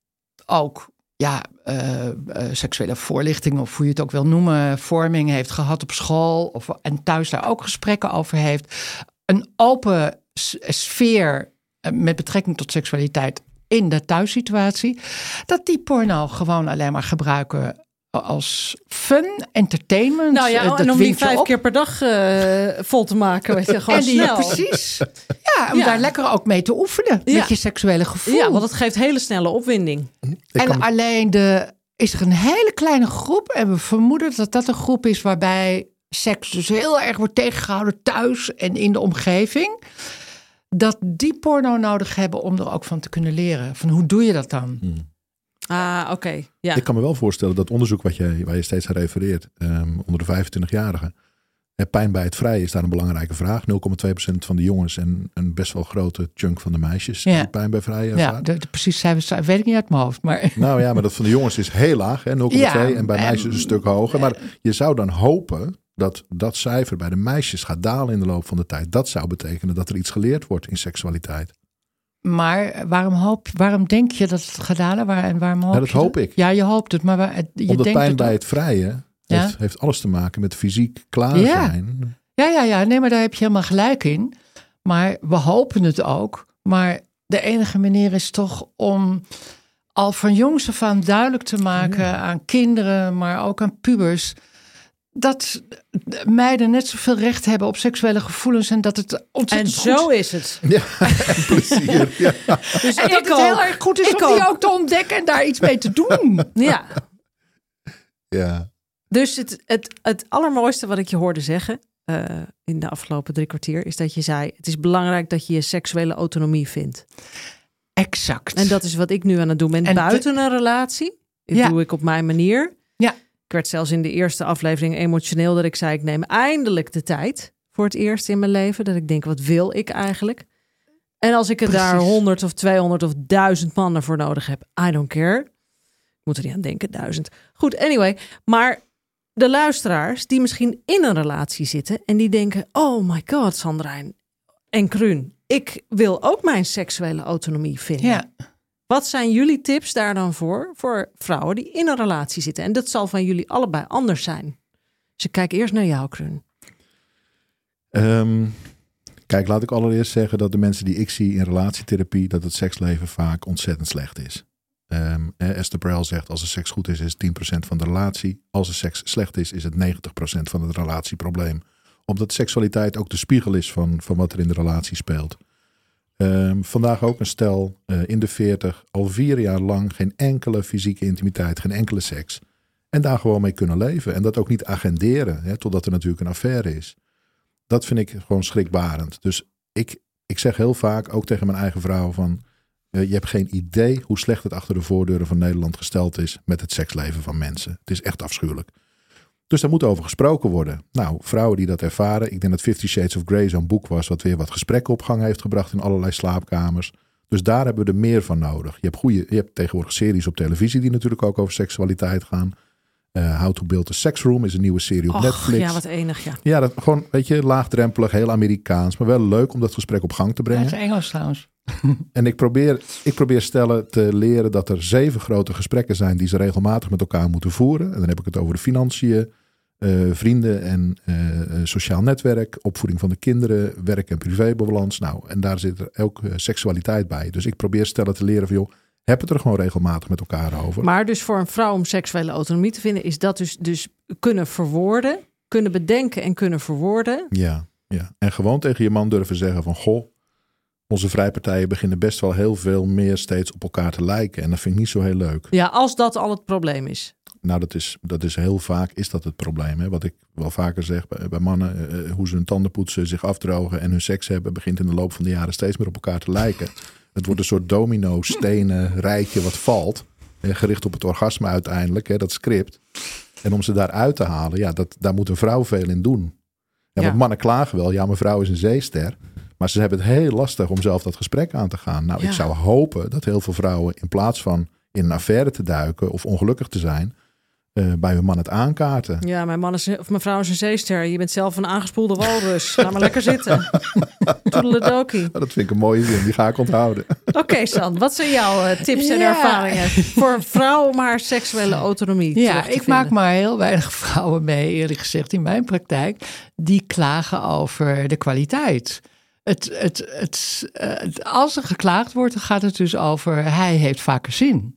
ook ja, uh, uh, seksuele voorlichting, of hoe je het ook wil noemen, vorming heeft gehad op school. Of, en thuis daar ook gesprekken over heeft. Een open s- sfeer uh, met betrekking tot seksualiteit in de thuissituatie. Dat die porno gewoon alleen maar gebruiken als fun, entertainment. Nou ja, dat en om die vijf op. keer per dag uh, vol te maken, weet je, gewoon en die, snel. Precies. Ja, om ja. daar lekker ook mee te oefenen. Ja. Met je seksuele gevoel. Ja, want het geeft hele snelle opwinding. Ik en kan... alleen de, is er een hele kleine groep. En we vermoeden dat dat een groep is waarbij seks dus heel erg wordt tegengehouden thuis en in de omgeving. Dat die porno nodig hebben om er ook van te kunnen leren. Van hoe doe je dat dan? Hmm. Ah, oké. Okay. Ja. Ik kan me wel voorstellen dat onderzoek wat je, waar je steeds aan refereert, um, onder de vijfentwintigjarigen, pijn bij het vrije is daar een belangrijke vraag. nul komma twee procent van de jongens en een best wel grote chunk van de meisjes ja. die pijn bij vrije ervaren. Ja, de, de precies cijfers weet ik niet uit mijn hoofd. Maar... Nou ja, maar dat van de jongens is heel laag, nul komma twee ja, en bij en, meisjes een stuk hoger. Maar je zou dan hopen dat dat cijfer bij de meisjes gaat dalen in de loop van de tijd. Dat zou betekenen dat er iets geleerd wordt in seksualiteit. Maar waarom, hoop, waarom denk je dat het gaat dalen? Waar, en waarom hoop ja, dat je hoop dat? ik. Ja, je hoopt het. Maar waar, je Omdat denkt pijn het bij ook. het vrije ja? heeft, heeft alles te maken met fysiek klaar ja. zijn. Ja, ja, ja. Nee, maar daar heb je helemaal gelijk in. Maar we hopen het ook. Maar de enige manier is toch om al van jongs af aan duidelijk te maken ja. aan kinderen, maar ook aan pubers, dat meiden net zoveel recht hebben op seksuele gevoelens en dat het ontzettend En zo goed is het. Ja, plezier. Ja. Dus en dat het ook. heel erg goed is ik om ook. die ook te ontdekken en daar iets mee te doen. Ja. Ja. Dus het, het, het allermooiste wat ik je hoorde zeggen uh, in de afgelopen drie kwartier is dat je zei, het is belangrijk dat je je seksuele autonomie vindt. Exact. En dat is wat ik nu aan het doen ben. En buiten te... een relatie. Dat ja. doe ik op mijn manier. Ja. Ik werd zelfs in de eerste aflevering emotioneel dat ik zei, ik neem eindelijk de tijd voor het eerst in mijn leven. Dat ik denk, wat wil ik eigenlijk? En als ik er daar honderd of tweehonderd of duizend mannen voor nodig heb, I don't care. Ik moet er niet aan denken, duizend. Goed, anyway. Maar de luisteraars die misschien in een relatie zitten en die denken, oh my god, Sandrijn en Kruun, ik wil ook mijn seksuele autonomie vinden. Ja. Wat zijn jullie tips daar dan voor? Voor vrouwen die in een relatie zitten. En dat zal van jullie allebei anders zijn. Dus ik kijk eerst naar jou, Kruun. Um, kijk, laat ik allereerst zeggen dat de mensen die ik zie in relatietherapie, dat het seksleven vaak ontzettend slecht is. Um, Esther Perel zegt, als de seks goed is, is het tien procent van de relatie. Als de seks slecht is, is het negentig procent van het relatieprobleem. Omdat seksualiteit ook de spiegel is van, van wat er in de relatie speelt. Um, vandaag ook een stel uh, in de veertig, al vier jaar lang geen enkele fysieke intimiteit, geen enkele seks. En daar gewoon mee kunnen leven. En dat ook niet agenderen, hè, totdat er natuurlijk een affaire is. Dat vind ik gewoon schrikbarend. Dus ik, ik zeg heel vaak, ook tegen mijn eigen vrouw, van uh, je hebt geen idee hoe slecht het achter de voordeuren van Nederland gesteld is met het seksleven van mensen. Het is echt afschuwelijk. Dus daar moet over gesproken worden. Nou, vrouwen die dat ervaren. Ik denk dat Fifty Shades of Grey zo'n boek was wat weer wat gesprekken op gang heeft gebracht in allerlei slaapkamers. Dus daar hebben we er meer van nodig. Je hebt, goede, je hebt tegenwoordig series op televisie die natuurlijk ook over seksualiteit gaan. Uh, How to Build a Sex Room is een nieuwe serie op Och, Netflix. Ja, wat enig, ja. Ja, dat gewoon, weet je, laagdrempelig, heel Amerikaans. Maar wel leuk om dat gesprek op gang te brengen. Ja, het is Engels trouwens. En ik probeer, ik probeer stellen te leren dat er zeven grote gesprekken zijn die ze regelmatig met elkaar moeten voeren. En dan heb ik het over de financiën, uh, vrienden en uh, sociaal netwerk, opvoeding van de kinderen, werk- en privébalans. Nou, en daar zit er ook uh, seksualiteit bij. Dus ik probeer stellen te leren van, joh, heb het er gewoon regelmatig met elkaar over. Maar dus voor een vrouw om seksuele autonomie te vinden, is dat dus, dus kunnen verwoorden, kunnen bedenken en kunnen verwoorden. Ja, ja, en gewoon tegen je man durven zeggen van, goh, onze vrijpartijen beginnen best wel heel veel meer steeds op elkaar te lijken. En dat vind ik niet zo heel leuk. Ja, als dat al het probleem is. Nou, dat is, dat is heel vaak is dat het probleem. Hè? Wat ik wel vaker zeg bij, bij mannen, uh, hoe ze hun tanden poetsen, zich afdrogen en hun seks hebben, begint in de loop van de jaren steeds meer op elkaar te lijken. Het wordt een soort domino-stenen rijtje wat valt. Hè, gericht op het orgasme uiteindelijk, hè, dat script. En om ze daaruit te halen, ja, dat, daar moet een vrouw veel in doen. En Ja. Want mannen klagen wel, ja, mijn vrouw is een zeester. Maar ze hebben het heel lastig om zelf dat gesprek aan te gaan. Nou, Ja. ik zou hopen dat heel veel vrouwen in plaats van in een affaire te duiken of ongelukkig te zijn, uh, bij hun man het aankaarten. Ja, mijn man is, of mijn vrouw is een zeester. Je bent zelf een aangespoelde walrus. Laat maar lekker zitten. Toedeledokie. Oh, dat vind ik een mooie zin, die ga ik onthouden. Oké, okay, San, wat zijn jouw uh, tips en Ja. ervaringen voor een vrouw om haar seksuele autonomie Ja, terug te ik vinden? maak maar heel weinig vrouwen mee, eerlijk gezegd, in mijn praktijk, die klagen over de kwaliteit. Het, het, het, het, als er geklaagd wordt, dan gaat het dus over hij heeft vaker zin.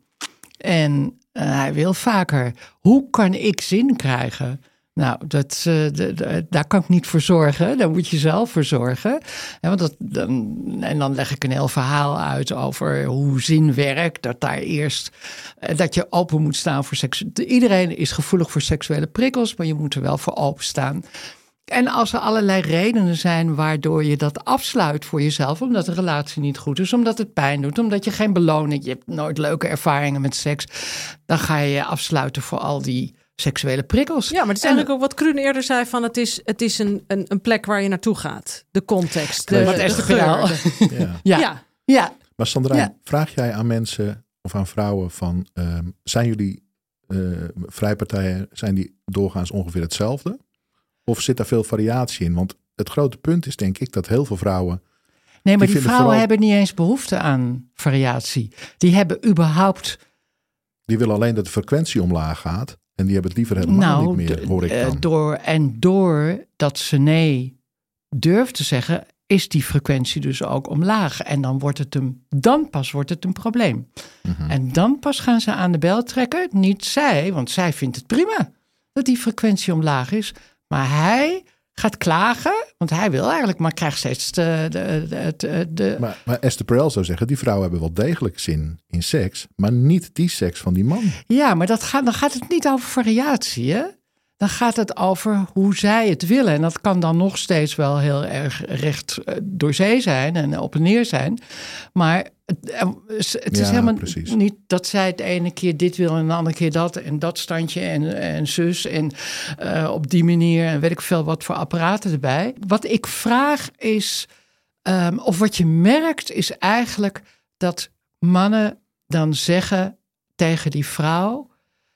En uh, hij wil vaker. Hoe kan ik zin krijgen? Nou, dat, uh, de, de, daar kan ik niet voor zorgen. Daar moet je zelf voor zorgen. Ja, want dat, dan, en dan leg ik een heel verhaal uit over hoe zin werkt. Dat daar eerst uh, dat je open moet staan voor seks. Iedereen is gevoelig voor seksuele prikkels, maar je moet er wel voor openstaan. En als er allerlei redenen zijn waardoor je dat afsluit voor jezelf, omdat de relatie niet goed is, omdat het pijn doet, omdat je geen beloning, je hebt nooit leuke ervaringen met seks, dan ga je je afsluiten voor al die seksuele prikkels. Ja, maar het is eigenlijk ook wat Krun eerder zei van het is, het is een, een, een plek waar je naartoe gaat. De context, de, Wat de Esther geur. Perel. de- Ja. Ja, Ja. ja. Maar Sandra, Ja. vraag jij aan mensen of aan vrouwen van, um, zijn jullie uh, vrijpartijen, zijn die doorgaans ongeveer hetzelfde? Of zit daar veel variatie in? Want het grote punt is denk ik dat heel veel vrouwen... Nee, maar die, vinden vrouwen vooral- hebben niet eens behoefte aan variatie. Die hebben überhaupt... Die willen alleen dat de frequentie omlaag gaat. En die hebben het liever helemaal nou, niet meer, d- hoor ik eh, dan. door, en door dat ze nee durft te zeggen, is die frequentie dus ook omlaag. En dan wordt het een, dan pas wordt het een probleem. Mhm. En dan pas gaan ze aan de bel trekken. Niet zij, want zij vindt het prima dat die frequentie omlaag is. Maar hij gaat klagen, want hij wil eigenlijk, maar krijgt steeds de... de, de, de, de- Maar, maar Esther Perel zou zeggen, die vrouwen hebben wel degelijk zin in seks, maar niet die seks van die man. Ja, maar dat gaat, dan gaat het niet over variatie, hè? Dan gaat het over hoe zij het willen. En dat kan dan nog steeds wel heel erg recht eh, door zee zijn en op en neer zijn. Maar het, eh, het is Ja, helemaal precies. niet dat zij het ene keer dit wil en de andere keer dat. En dat standje en, en zus en uh, op die manier. En weet ik veel wat voor apparaten erbij. Wat ik vraag is, um, of wat je merkt is eigenlijk dat mannen dan zeggen tegen die vrouw,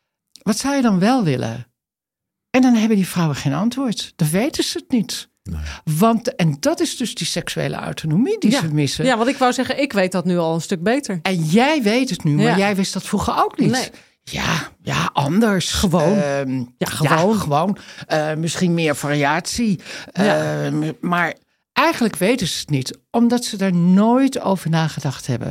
wat zou je dan wel willen? En dan hebben die vrouwen geen antwoord. Dan weten ze het niet. Nee. Want, en dat is dus die seksuele autonomie die Ja. ze missen. Ja, want ik wou zeggen, ik weet dat nu al een stuk beter. En jij weet het nu, maar Ja. jij wist dat vroeger ook niet. Nee. Ja, ja, anders. Gewoon. Ehm, Ja, gewoon. Ja, gewoon. Uh, misschien meer variatie. Ja. Uh, maar eigenlijk weten ze het niet. Omdat ze er nooit over nagedacht hebben.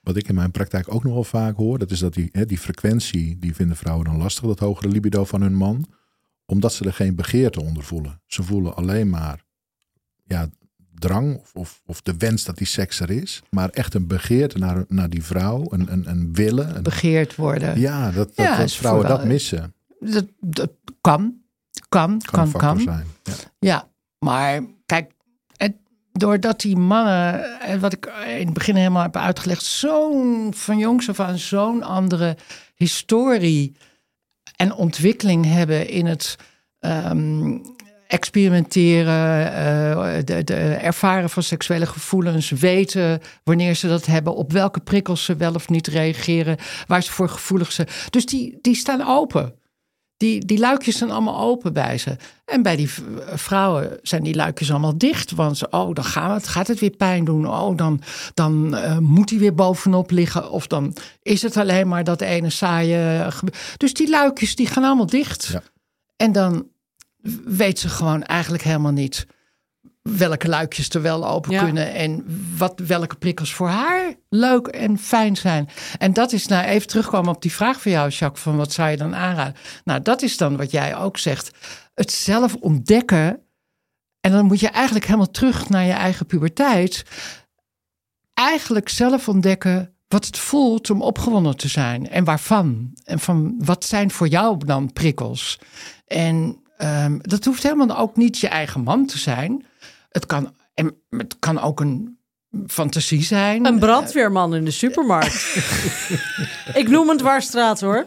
Wat ik in mijn praktijk ook nog wel vaak hoor, dat is dat die, hè, die frequentie, die vinden vrouwen dan lastig, dat hogere libido van hun man, omdat ze er geen begeerte onder voelen. Ze voelen alleen maar ja, drang of, of, of de wens dat die seks er is, maar echt een begeerte naar, naar die vrouw, een, een, een willen. Een, Begeerd worden. Ja, dat, dat, Ja, dat is vrouwen vooral- dat missen. Dat, dat kan. Kan, Kan kan, een factor kan. zijn. Ja. Ja, maar kijk, het, doordat die mannen, eh, wat ik in het begin helemaal heb uitgelegd, zo'n van jongs af aan zo'n andere historie en ontwikkeling hebben in het um, experimenteren, uh, de, de ervaren van seksuele gevoelens, weten wanneer ze dat hebben, op welke prikkels ze wel of niet reageren, waar ze voor gevoelig zijn. Dus die, die staan open. Die, die luikjes zijn allemaal open bij ze. En bij die v- vrouwen zijn die luikjes allemaal dicht. Want ze, oh, dan gaan we, het, gaat het weer pijn doen. Oh, dan, dan uh, moet hij weer bovenop liggen. Of dan is het alleen maar dat ene saaie... gebe- Dus die luikjes die gaan allemaal dicht. Ja. En dan weet ze gewoon eigenlijk helemaal niet welke luikjes er wel open Ja. kunnen. En wat, welke prikkels voor haar leuk en fijn zijn. En dat is, nou even terugkomen op die vraag van jou, Jacques, van wat zou je dan aanraden? Nou, dat is dan wat jij ook zegt. Het zelf ontdekken. En dan moet je eigenlijk helemaal terug naar je eigen puberteit. Eigenlijk zelf ontdekken wat het voelt om opgewonden te zijn. En waarvan. En van wat zijn voor jou dan prikkels. En um, dat hoeft helemaal ook niet je eigen man te zijn. Het kan, en het kan ook een fantasie zijn. Een brandweerman in de supermarkt. Ik noem het Dwarsstraat, hoor.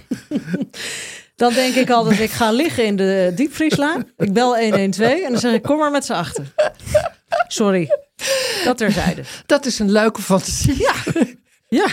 Dan denk ik altijd, ik ga liggen in de diepvriesla. Ik bel een een twee en dan zeg ik, kom maar met z'n achter. Sorry, dat terzijde. Dat is een leuke fantasie. Ja. Ja,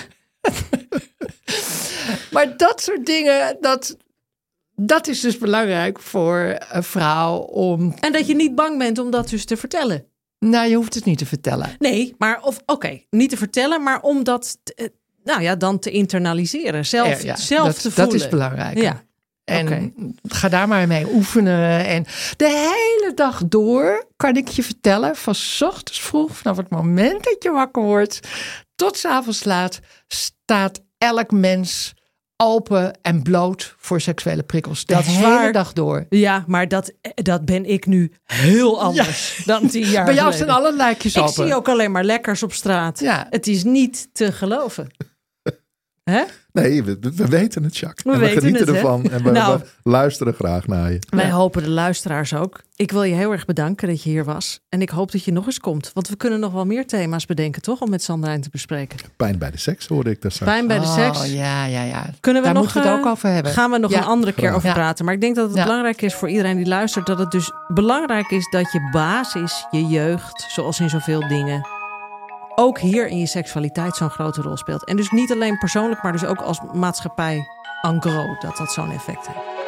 Maar dat soort dingen, dat, dat is dus belangrijk voor een vrouw om... en dat je niet bang bent om dat dus te vertellen. Nou, je hoeft het niet te vertellen. Nee, maar of oké, okay, niet te vertellen, maar om dat, te, nou ja, dan te internaliseren, zelf, Ja, ja, zelf dat, te voelen. Dat is belangrijk. Ja. En Oké. ga daar maar mee oefenen. En de hele dag door kan ik je vertellen, van 's ochtends vroeg, vanaf het moment dat je wakker wordt, tot 's avonds laat, staat elk mens open en bloot voor seksuele prikkels. De Dat is hele waar. dag door. Ja, maar dat, dat ben ik nu heel anders dan tien jaar Bij jou geleden. zijn alle luikjes Ik open. zie ook alleen maar lekkers op straat. Ja. Het is niet te geloven. Hè? Nee, we, we weten het, Jacques. We en we weten genieten het, hè? ervan. En we, Nou. we luisteren graag naar je. Wij Ja. hopen de luisteraars ook. Ik wil je heel erg bedanken dat je hier was. En ik hoop dat je nog eens komt. Want we kunnen nog wel meer thema's bedenken, toch? Om met Sandrijn te bespreken. Pijn bij de seks hoorde ik daar straks. Pijn bij de Oh, seks. ja, ja, ja. Kunnen we Daar nog, moeten we het eh, ook over hebben. Gaan we nog Ja. een andere keer Graag. over Ja. praten. Maar ik denk dat het Ja. belangrijk is voor iedereen die luistert... dat het dus belangrijk is dat je basis, je jeugd... zoals in zoveel dingen... ook hier in je seksualiteit zo'n grote rol speelt. En dus niet alleen persoonlijk, maar dus ook als maatschappij en gros... dat dat zo'n effect heeft.